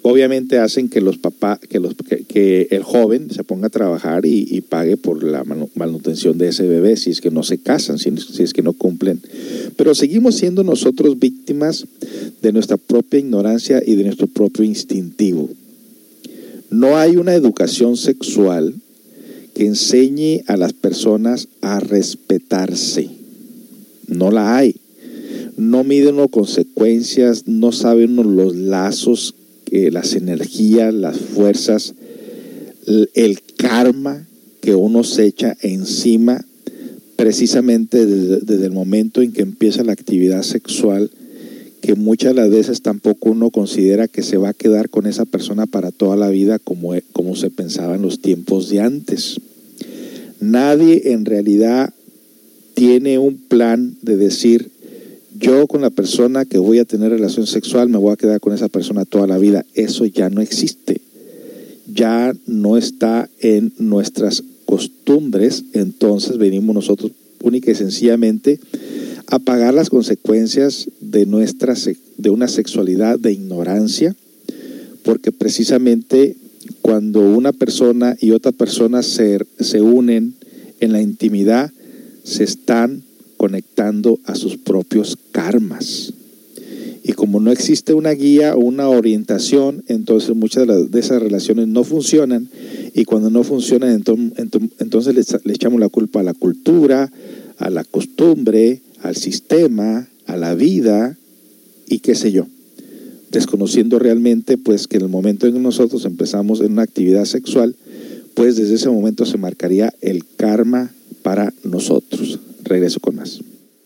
obviamente hacen que los papás, que los que, que el joven se ponga a trabajar y, y pague por la manutención de ese bebé si es que no se casan, si, si es que no cumplen. Pero seguimos siendo nosotros víctimas de nuestra propia ignorancia y de nuestro propio instintivo. No hay una educación sexual que enseñe a las personas a respetarse. No la hay. No mide uno consecuencias, no sabe uno los lazos, eh, las energías, las fuerzas, el, el karma que uno se echa encima precisamente desde, desde el momento en que empieza la actividad sexual, que muchas de las veces tampoco uno considera que se va a quedar con esa persona para toda la vida como, como se pensaba en los tiempos de antes. Nadie en realidad tiene un plan de decir, yo con la persona que voy a tener relación sexual me voy a quedar con esa persona toda la vida. Eso ya no existe. Ya no está en nuestras costumbres. Entonces venimos nosotros única y sencillamente a pagar las consecuencias de, nuestra, de una sexualidad de ignorancia, porque precisamente cuando una persona y otra persona se, se unen en la intimidad, se están conectando a sus propios karmas. Y como no existe una guía o una orientación, entonces muchas de, las, de esas relaciones no funcionan, y cuando no funcionan, entonces, entonces le, le echamos la culpa a la cultura, a la costumbre, al sistema, a la vida y qué sé yo, desconociendo realmente pues que en el momento en que nosotros empezamos en una actividad sexual, pues desde ese momento se marcaría el karma para nosotros. Regreso con más.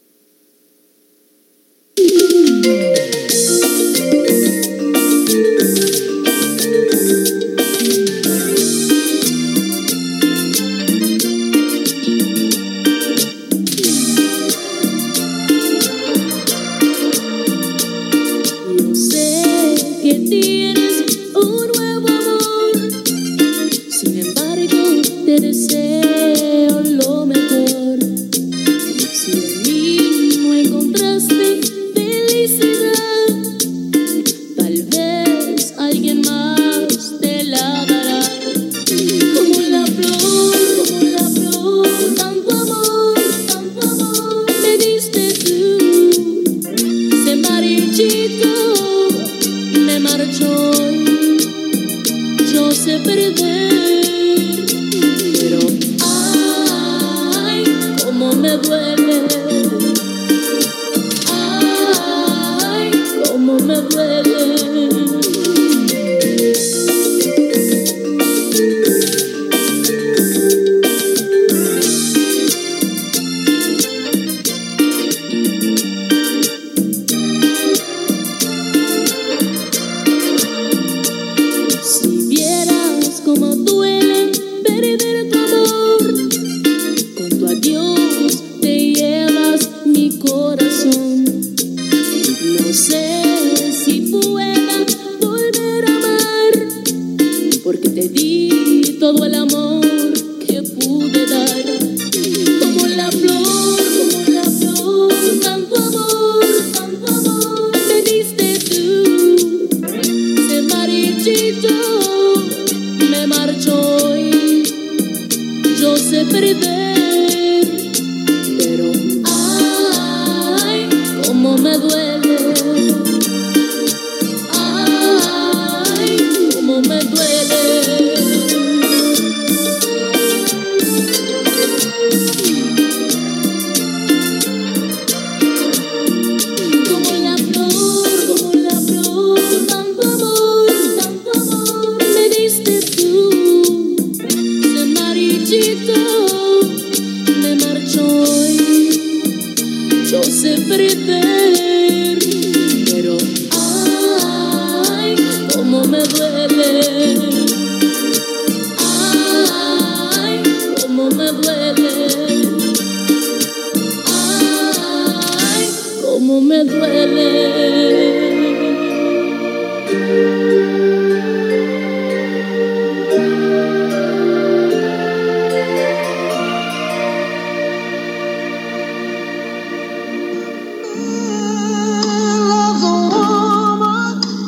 Yo sé que tienes un nuevo amor, sin embargo te deseo lo mejor. Si en mí no encontraste felicidad, tal vez alguien más te la dará. Como la flor, como la flor, tanto amor, tanto amor me diste tú. Se marchito, me marchó, yo sé perder, pero ay, cómo me duele, ay, cómo me duele. Si vieras cómo duele perder tu amor, con tu adiós te llevas mi corazón. No sé si pueda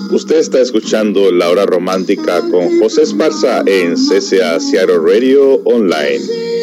Usted está escuchando La Hora Romántica con José Esparza en C C A Seattle Radio Online.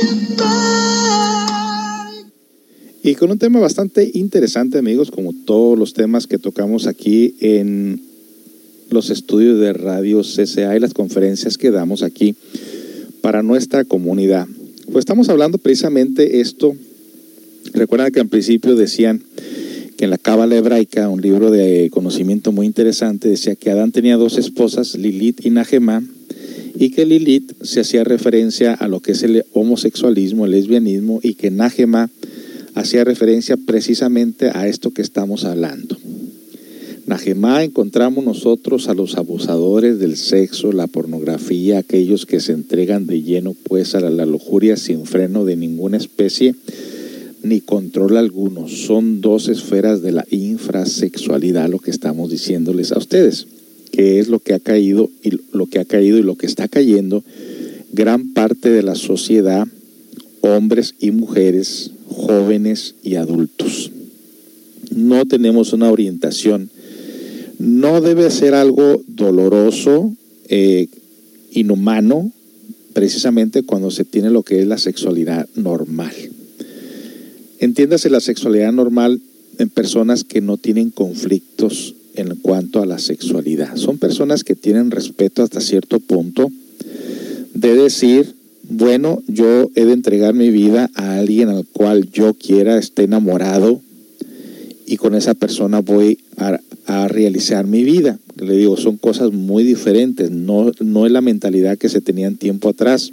Y con un tema bastante interesante, amigos, como todos los temas que tocamos aquí en los estudios de radio C C A y las conferencias que damos aquí para nuestra comunidad. Pues estamos hablando precisamente esto. Recuerdan que al principio decían que en la Cábala hebraica, un libro de conocimiento muy interesante, decía que Adán tenía dos esposas, Lilith y Nahemá, y que Lilith se hacía referencia a lo que es el homosexualismo, el lesbianismo, y que Nahemá hacía referencia precisamente a esto que estamos hablando. Nahemá encontramos nosotros a los abusadores del sexo, la pornografía, aquellos que se entregan de lleno pues a la, la lujuria sin freno de ninguna especie, ni control alguno. Son dos esferas de la infrasexualidad, lo que estamos diciéndoles a ustedes, que es lo que ha caído y lo que ha caído y lo que está cayendo gran parte de la sociedad, hombres y mujeres, jóvenes y adultos. No tenemos una orientación. No debe ser algo doloroso, eh, inhumano, precisamente cuando se tiene lo que es la sexualidad normal. Entiéndase la sexualidad normal en personas que no tienen conflictos en cuanto a la sexualidad. Son personas que tienen respeto hasta cierto punto de decir, bueno, yo he de entregar mi vida a alguien al cual yo quiera, esté enamorado, y con esa persona voy a, a realizar mi vida. Le digo, son cosas muy diferentes, no, no es la mentalidad que se tenía en tiempo atrás.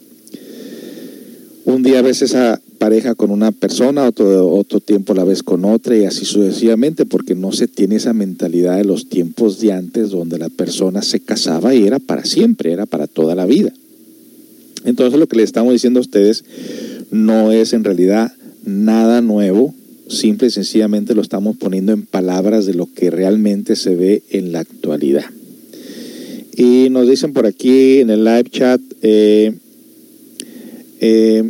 Un día ves esa pareja con una persona, otro, otro tiempo la ves con otra y así sucesivamente, porque no se tiene esa mentalidad de los tiempos de antes donde la persona se casaba y era para siempre, era para toda la vida. Entonces lo que le estamos diciendo a ustedes no es en realidad nada nuevo, simple y sencillamente lo estamos poniendo en palabras de lo que realmente se ve en la actualidad. Y nos dicen por aquí en el live chat, eh, eh,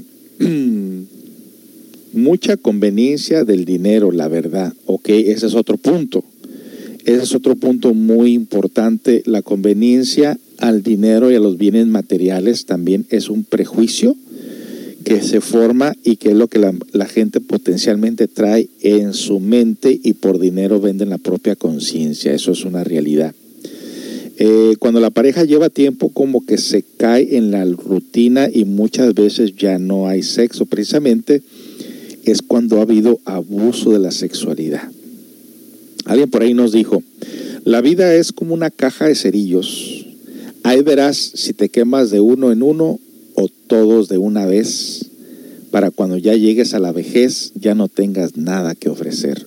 mucha conveniencia del dinero, la verdad. Ok, ese es otro punto. Ese es otro punto muy importante. La conveniencia al dinero y a los bienes materiales también es un prejuicio que se forma y que es lo que la, la gente potencialmente trae en su mente y por dinero venden la propia conciencia. Eso es una realidad. Eh, cuando la pareja lleva tiempo, como que se cae en la rutina y muchas veces ya no hay sexo. Precisamente es cuando ha habido abuso de la sexualidad. Alguien por ahí nos dijo, la vida es como una caja de cerillos. Ahí verás si te quemas de uno en uno o todos de una vez, para cuando ya llegues a la vejez ya no tengas nada que ofrecer.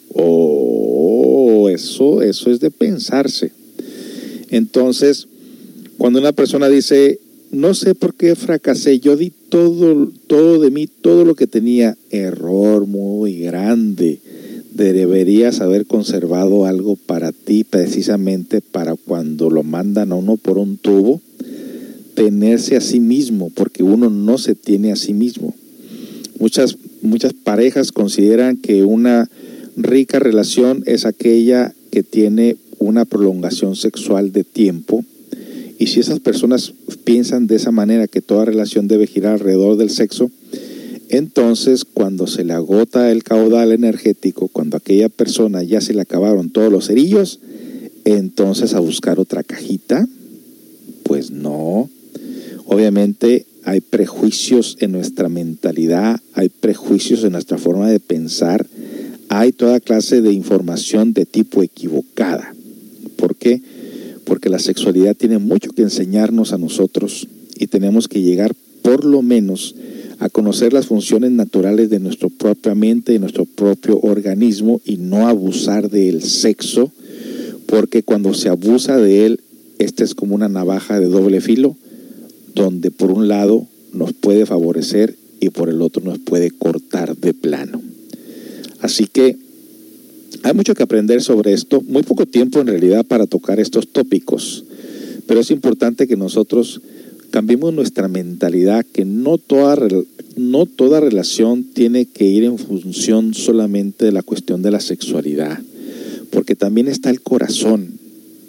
Oh, eso, eso es de pensarse. Entonces, cuando una persona dice, no sé por qué fracasé, yo di todo, todo de mí, todo lo que tenía, error muy grande. Deberías haber conservado algo para ti, precisamente para cuando lo mandan a uno por un tubo, tenerse a sí mismo, porque uno no se tiene a sí mismo. Muchas, muchas parejas consideran que una rica relación es aquella que tiene una prolongación sexual de tiempo, y si esas personas piensan de esa manera, que toda relación debe girar alrededor del sexo, entonces cuando se le agota el caudal energético, cuando a aquella persona ya se le acabaron todos los cerillos, entonces a buscar otra cajita. Pues no. Obviamente hay prejuicios en nuestra mentalidad, hay prejuicios en nuestra forma de pensar, hay toda clase de información de tipo equivocada. ¿Por qué? Porque la sexualidad tiene mucho que enseñarnos a nosotros y tenemos que llegar por lo menos a conocer las funciones naturales de nuestra propia mente, de nuestro propio organismo, y no abusar del sexo, porque cuando se abusa de él, esta es como una navaja de doble filo, donde por un lado nos puede favorecer y por el otro nos puede cortar de plano. Así que hay mucho que aprender sobre esto, muy poco tiempo en realidad para tocar estos tópicos, pero es importante que nosotros cambiemos nuestra mentalidad, que no toda, no toda relación tiene que ir en función solamente de la cuestión de la sexualidad, porque también está el corazón.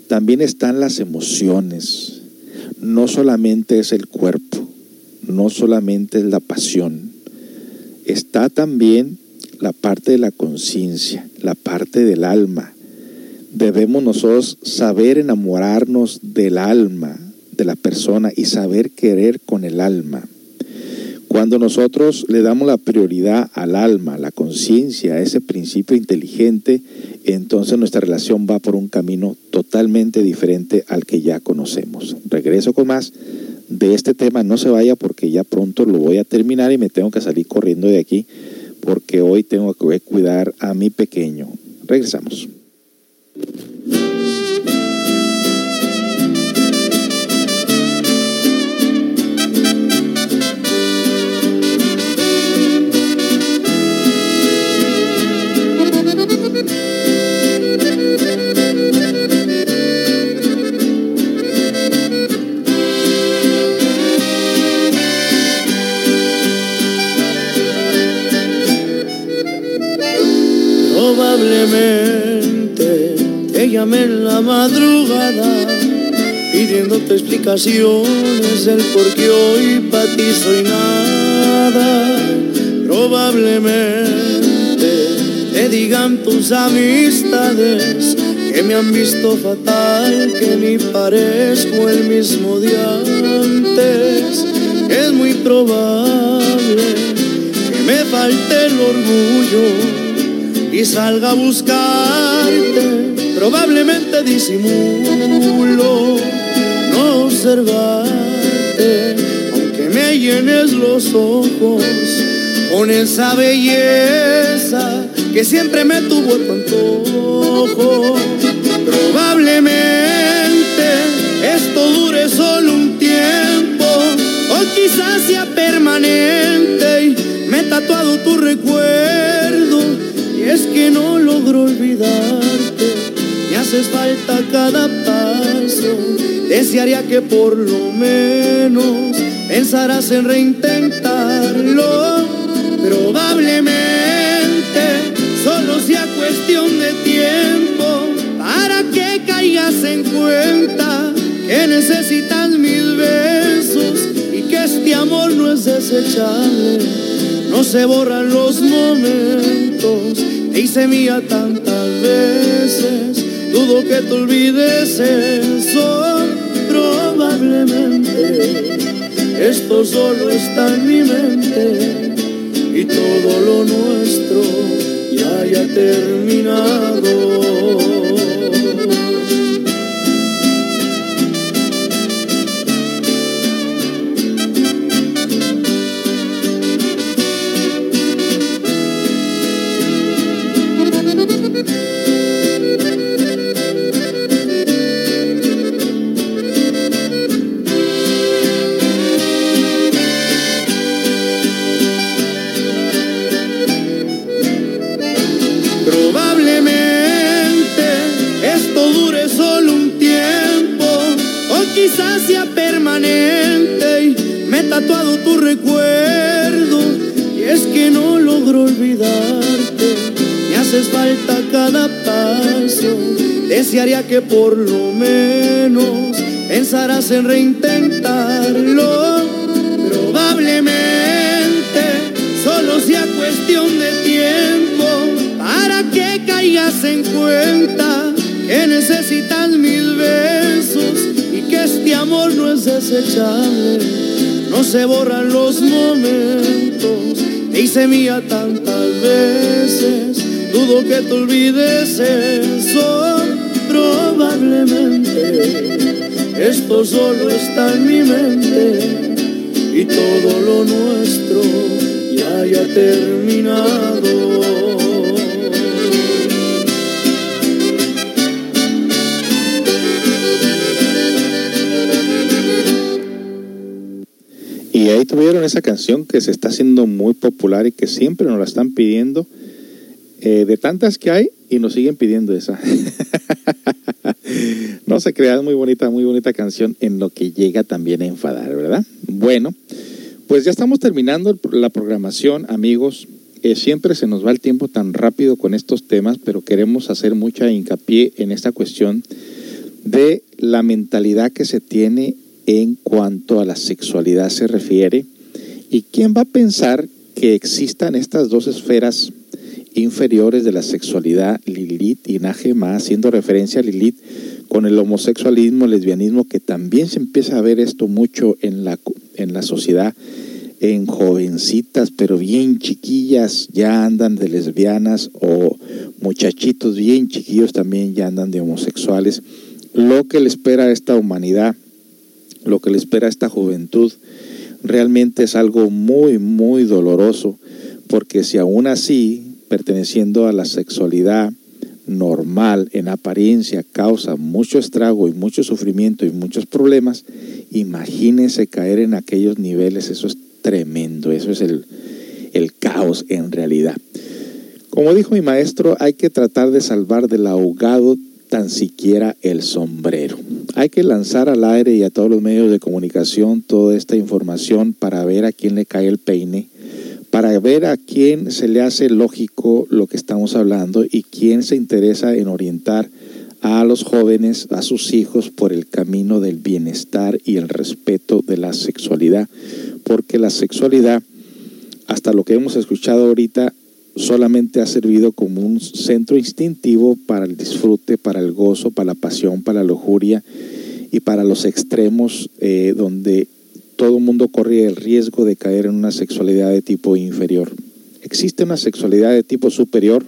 también están las emociones. No solamente es el cuerpo, no solamente es la pasión. Está también la parte de la conciencia, la parte del alma. Debemos nosotros saber enamorarnos del alma de la persona y saber querer con el alma. Cuando nosotros le damos la prioridad al alma, a la conciencia, a ese principio inteligente, entonces nuestra relación va por un camino totalmente diferente al que ya conocemos. Regreso con más de este tema, no se vaya porque ya pronto lo voy a terminar y me tengo que salir corriendo de aquí porque hoy tengo que cuidar a mi pequeño. Regresamos. Probablemente te llamé en la madrugada pidiéndote explicaciones del por qué hoy para ti soy nada. Probablemente te digan tus amistades que me han visto fatal, que ni parezco el mismo de antes. Es muy probable que me falte el orgullo y salga a buscarte. Probablemente disimulo no observarte, aunque me llenes los ojos con esa belleza que siempre me tuvo a tu antojo. Probablemente esto dure solo un tiempo, o quizás sea permanente y me he tatuado tu recuerdo. Y es que no logro olvidarte, me haces falta cada paso. Desearía que por lo menos pensarás en reintentarlo. Probablemente solo sea cuestión de tiempo para que caigas en cuenta que necesitas mis besos y que este amor no es desechable. No se borran los momentos, te hice mía tantas veces, dudo que te olvides eso. Probablemente esto solo está en mi mente y todo lo nuestro ya haya terminado. Quizás sea permanente y me he tatuado tu recuerdo. Y es que no logro olvidarte, me haces falta cada paso. Desearía que por lo menos pensarás en reintentarlo. Probablemente solo sea cuestión de tiempo para que caigas en cuenta que necesitas mis besos y que este amor no es desechable. No se borran los momentos, te hice mía tantas veces, dudo que te olvides eso. Probablemente esto solo está en mi mente y todo lo nuestro ya haya terminado. Y ahí tuvieron esa canción que se está haciendo muy popular y que siempre nos la están pidiendo, eh, de tantas que hay, y nos siguen pidiendo esa. No se crea, es muy bonita, muy bonita canción, en lo que llega también a enfadar, ¿verdad? Bueno, pues ya estamos terminando el, la programación, amigos. Eh, siempre se nos va el tiempo tan rápido con estos temas, pero queremos hacer mucha hincapié en esta cuestión de de la mentalidad que se tiene en cuanto a la sexualidad se refiere. ¿Y quién va a pensar que existan estas dos esferas inferiores de la sexualidad, Lilith y Najema, haciendo referencia a Lilith con el homosexualismo, el lesbianismo, que también se empieza a ver esto mucho en la, en la sociedad, en jovencitas, pero bien chiquillas, ya andan de lesbianas, o muchachitos bien chiquillos también ya andan de homosexuales. Lo que le espera a esta humanidad, lo que le espera a esta juventud, realmente es algo muy, muy doloroso, porque si aún así, perteneciendo a la sexualidad normal, en apariencia, causa mucho estrago y mucho sufrimiento y muchos problemas, imagínense caer en aquellos niveles. Eso es tremendo, eso es el, el caos en realidad. Como dijo mi maestro, hay que tratar de salvar del ahogado tan siquiera el sombrero. Hay que lanzar al aire y a todos los medios de comunicación toda esta información para ver a quién le cae el peine, para ver a quién se le hace lógico lo que estamos hablando y quién se interesa en orientar a los jóvenes, a sus hijos, por el camino del bienestar y el respeto de la sexualidad. Porque la sexualidad, hasta lo que hemos escuchado ahorita, solamente ha servido como un centro instintivo para el disfrute, para el gozo, para la pasión, para la lujuria y para los extremos, eh, donde todo el mundo corre el riesgo de caer en una sexualidad de tipo inferior. Existe una sexualidad de tipo superior,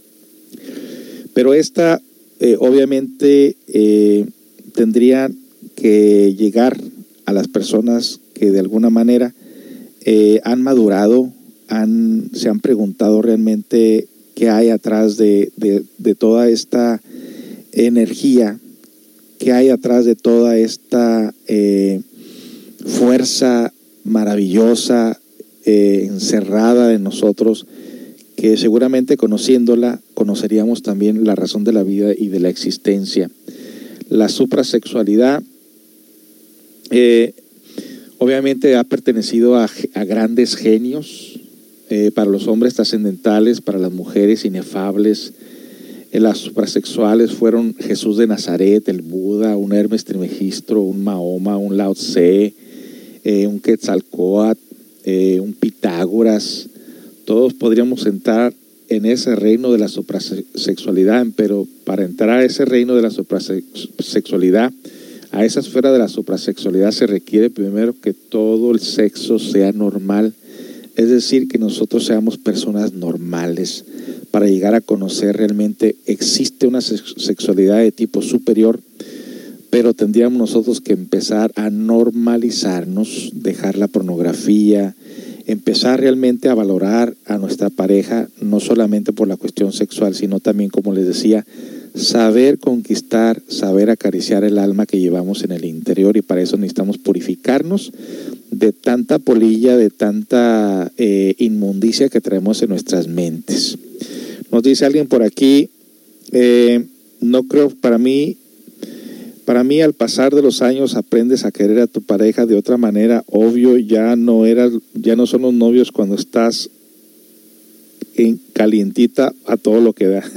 pero esta eh, obviamente eh, tendría que llegar a las personas que de alguna manera eh, han madurado, han, se han preguntado realmente qué hay atrás de, de, de toda esta energía, qué hay atrás de toda esta eh, fuerza maravillosa eh, encerrada en nosotros, que seguramente conociéndola conoceríamos también la razón de la vida y de la existencia. La suprasexualidad eh, obviamente ha pertenecido a, a grandes genios, eh, para los hombres trascendentales, para las mujeres inefables. Eh, las suprasexuales fueron Jesús de Nazaret, el Buda, un Hermes Trismegisto, un Mahoma, un Lao Tse, eh, un Quetzalcóatl, eh, un Pitágoras. Todos podríamos entrar en ese reino de la suprasexualidad, pero para entrar a ese reino de la suprasexualidad, a esa esfera de la suprasexualidad, se requiere primero que todo el sexo sea normal, es decir, que nosotros seamos personas normales. Para llegar a conocer realmente existe una sexualidad de tipo superior, pero tendríamos nosotros que empezar a normalizarnos, dejar la pornografía, empezar realmente a valorar a nuestra pareja, no solamente por la cuestión sexual, sino también, como les decía, saber conquistar, saber acariciar el alma que llevamos en el interior, y para eso necesitamos purificarnos de tanta polilla, de tanta eh, inmundicia que traemos en nuestras mentes. Nos dice alguien por aquí, eh, no creo, para mí, para mí al pasar de los años aprendes a querer a tu pareja de otra manera. Obvio, ya no eras, ya no son los novios cuando estás en calientita a todo lo que da.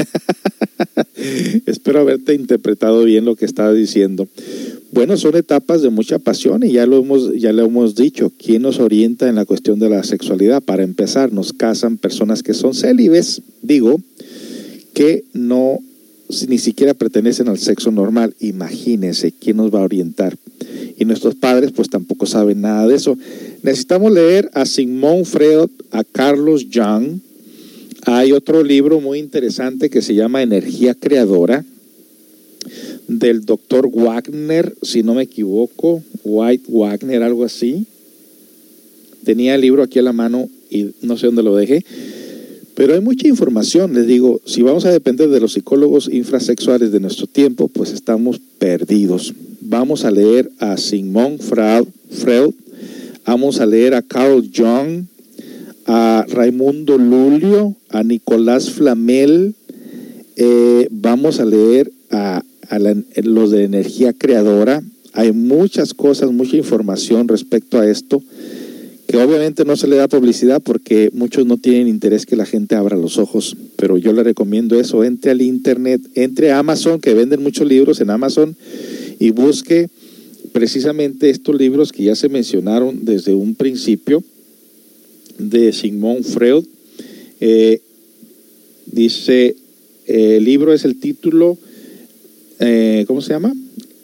Espero haberte interpretado bien lo que estabas diciendo. Bueno, son etapas de mucha pasión y ya lo hemos, ya lo hemos dicho. ¿Quién nos orienta en la cuestión de la sexualidad? Para empezar, nos casan personas que son célibes, digo, que no ni siquiera pertenecen al sexo normal. Imagínense quién nos va a orientar. Y nuestros padres pues tampoco saben nada de eso. Necesitamos leer a Sigmund Freud, a Carlos Jung. Hay otro libro muy interesante que se llama Energía Creadora, del doctor Wagner, si no me equivoco, White Wagner, algo así. Tenía el libro aquí a la mano y no sé dónde lo dejé. Pero hay mucha información, les digo, si vamos a depender de los psicólogos infrasexuales de nuestro tiempo, pues estamos perdidos. Vamos a leer a Sigmund Freud, Freud, vamos a leer a Carl Jung, a Raimundo Lulio, a Nicolás Flamel, eh, vamos a leer a, a la, los de Energía Creadora. Hay muchas cosas, mucha información respecto a esto, que obviamente no se le da publicidad porque muchos no tienen interés que la gente abra los ojos, pero yo le recomiendo eso. Entre al internet, entre a Amazon, que venden muchos libros en Amazon, y busque precisamente estos libros que ya se mencionaron desde un principio de Sigmund Freud. Eh, dice, eh, el libro es el título, eh, ¿cómo se llama?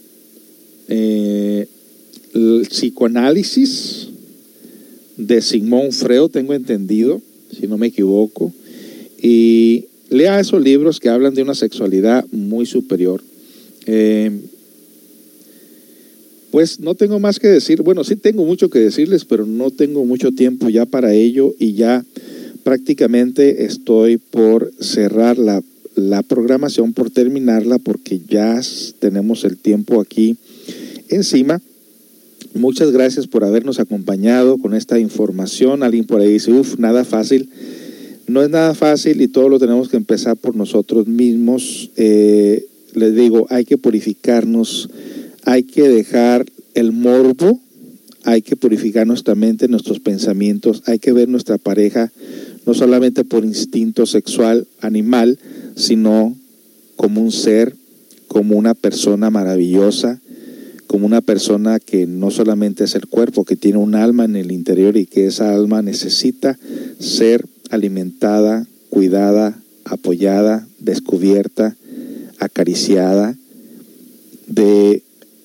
Eh, el psicoanálisis de Sigmund Freud, tengo entendido, si no me equivoco. Y lea esos libros que hablan de una sexualidad muy superior. Eh, pues no tengo más que decir. Bueno, sí tengo mucho que decirles, pero no tengo mucho tiempo ya para ello y ya prácticamente estoy por cerrar la, la programación, por terminarla, porque ya tenemos el tiempo aquí encima. Muchas gracias por habernos acompañado con esta información. Alguien por ahí dice, uff, nada fácil. No es nada fácil y todo lo tenemos que empezar por nosotros mismos. Eh, les digo, hay que purificarnos, hay que dejar el morbo, hay que purificar nuestra mente, nuestros pensamientos, hay que ver nuestra pareja no solamente por instinto sexual animal, sino como un ser, como una persona maravillosa, como una persona que no solamente es el cuerpo, que tiene un alma en el interior y que esa alma necesita ser alimentada, cuidada, apoyada, descubierta, acariciada de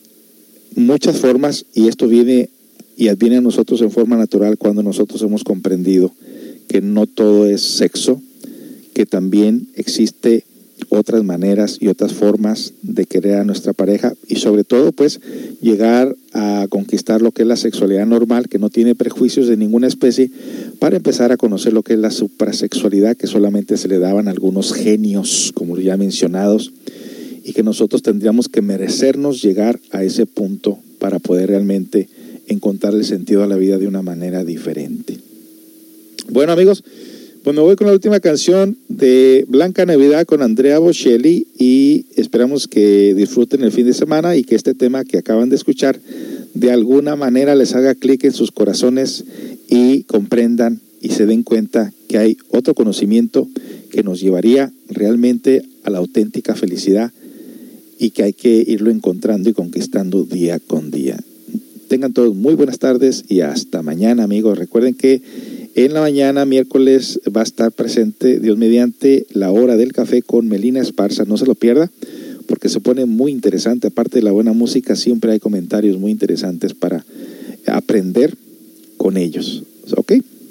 muchas formas, y esto viene y adviene a nosotros en forma natural cuando nosotros hemos comprendido que no todo es sexo, que también existe otras maneras y otras formas de querer a nuestra pareja y sobre todo pues llegar a conquistar lo que es la sexualidad normal, que no tiene prejuicios de ninguna especie, para empezar a conocer lo que es la suprasexualidad, que solamente se le daban a algunos genios, como ya mencionados, y que nosotros tendríamos que merecernos llegar a ese punto para poder realmente encontrar el sentido a la vida de una manera diferente. Bueno, amigos, pues me voy con la última canción de Blanca Navidad con Andrea Bocelli y esperamos que disfruten el fin de semana y que este tema que acaban de escuchar de alguna manera les haga clic en sus corazones y comprendan y se den cuenta que hay otro conocimiento que nos llevaría realmente a la auténtica felicidad y que hay que irlo encontrando y conquistando día con día. Tengan todos muy buenas tardes y hasta mañana, amigos. Recuerden que en la mañana, miércoles, va a estar presente, Dios mediante, la hora del café con Melina Esparza. No se lo pierda, porque se pone muy interesante. Aparte de la buena música, siempre hay comentarios muy interesantes para aprender con ellos. ¿Ok?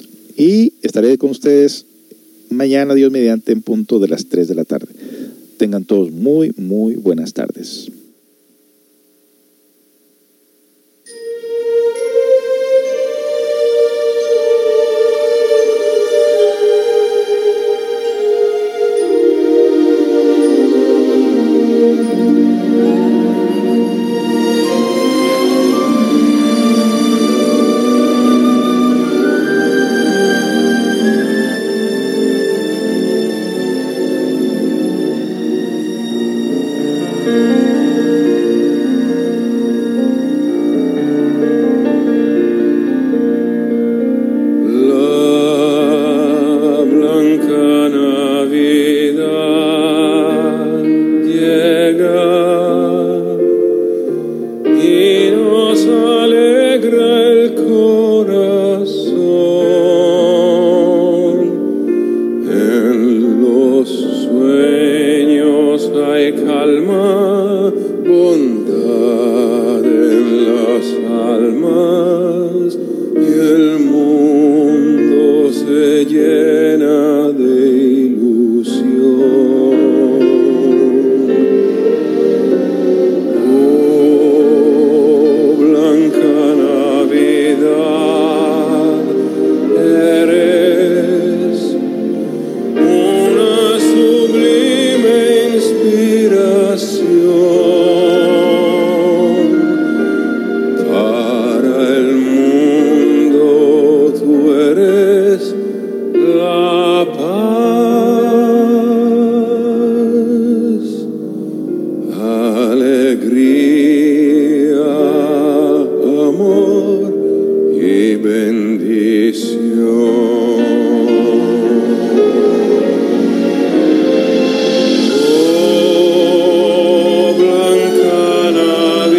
Y estaré con ustedes mañana, Dios mediante, en punto de las tres de la tarde. Tengan todos muy, muy buenas tardes. Blanca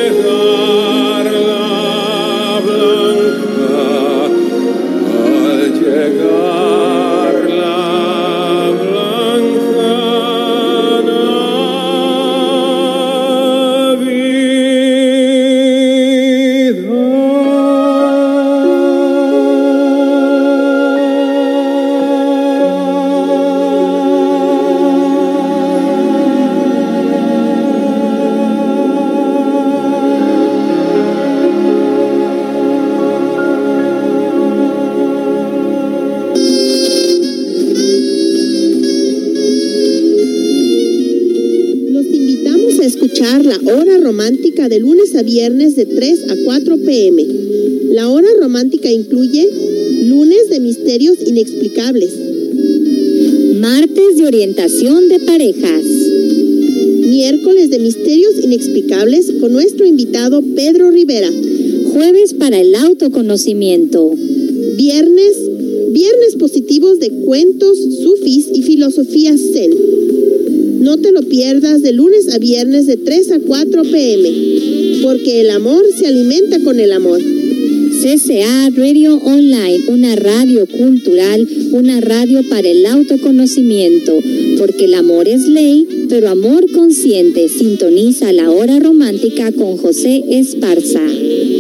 llegar la blanca, al llegar la blanca La hora romántica de lunes a viernes de tres a cuatro p m La hora romántica incluye lunes de misterios inexplicables, martes de orientación de parejas, miércoles de misterios inexplicables con nuestro invitado Pedro Rivera, jueves para el autoconocimiento, viernes, viernes positivos de cuentos, sufis y filosofía zen. No te lo pierdas de lunes a viernes de tres a cuatro p m, porque el amor se alimenta con el amor. C C A Radio Online, una radio cultural, una radio para el autoconocimiento, porque el amor es ley, pero amor consciente. Sintoniza la hora romántica con José Esparza.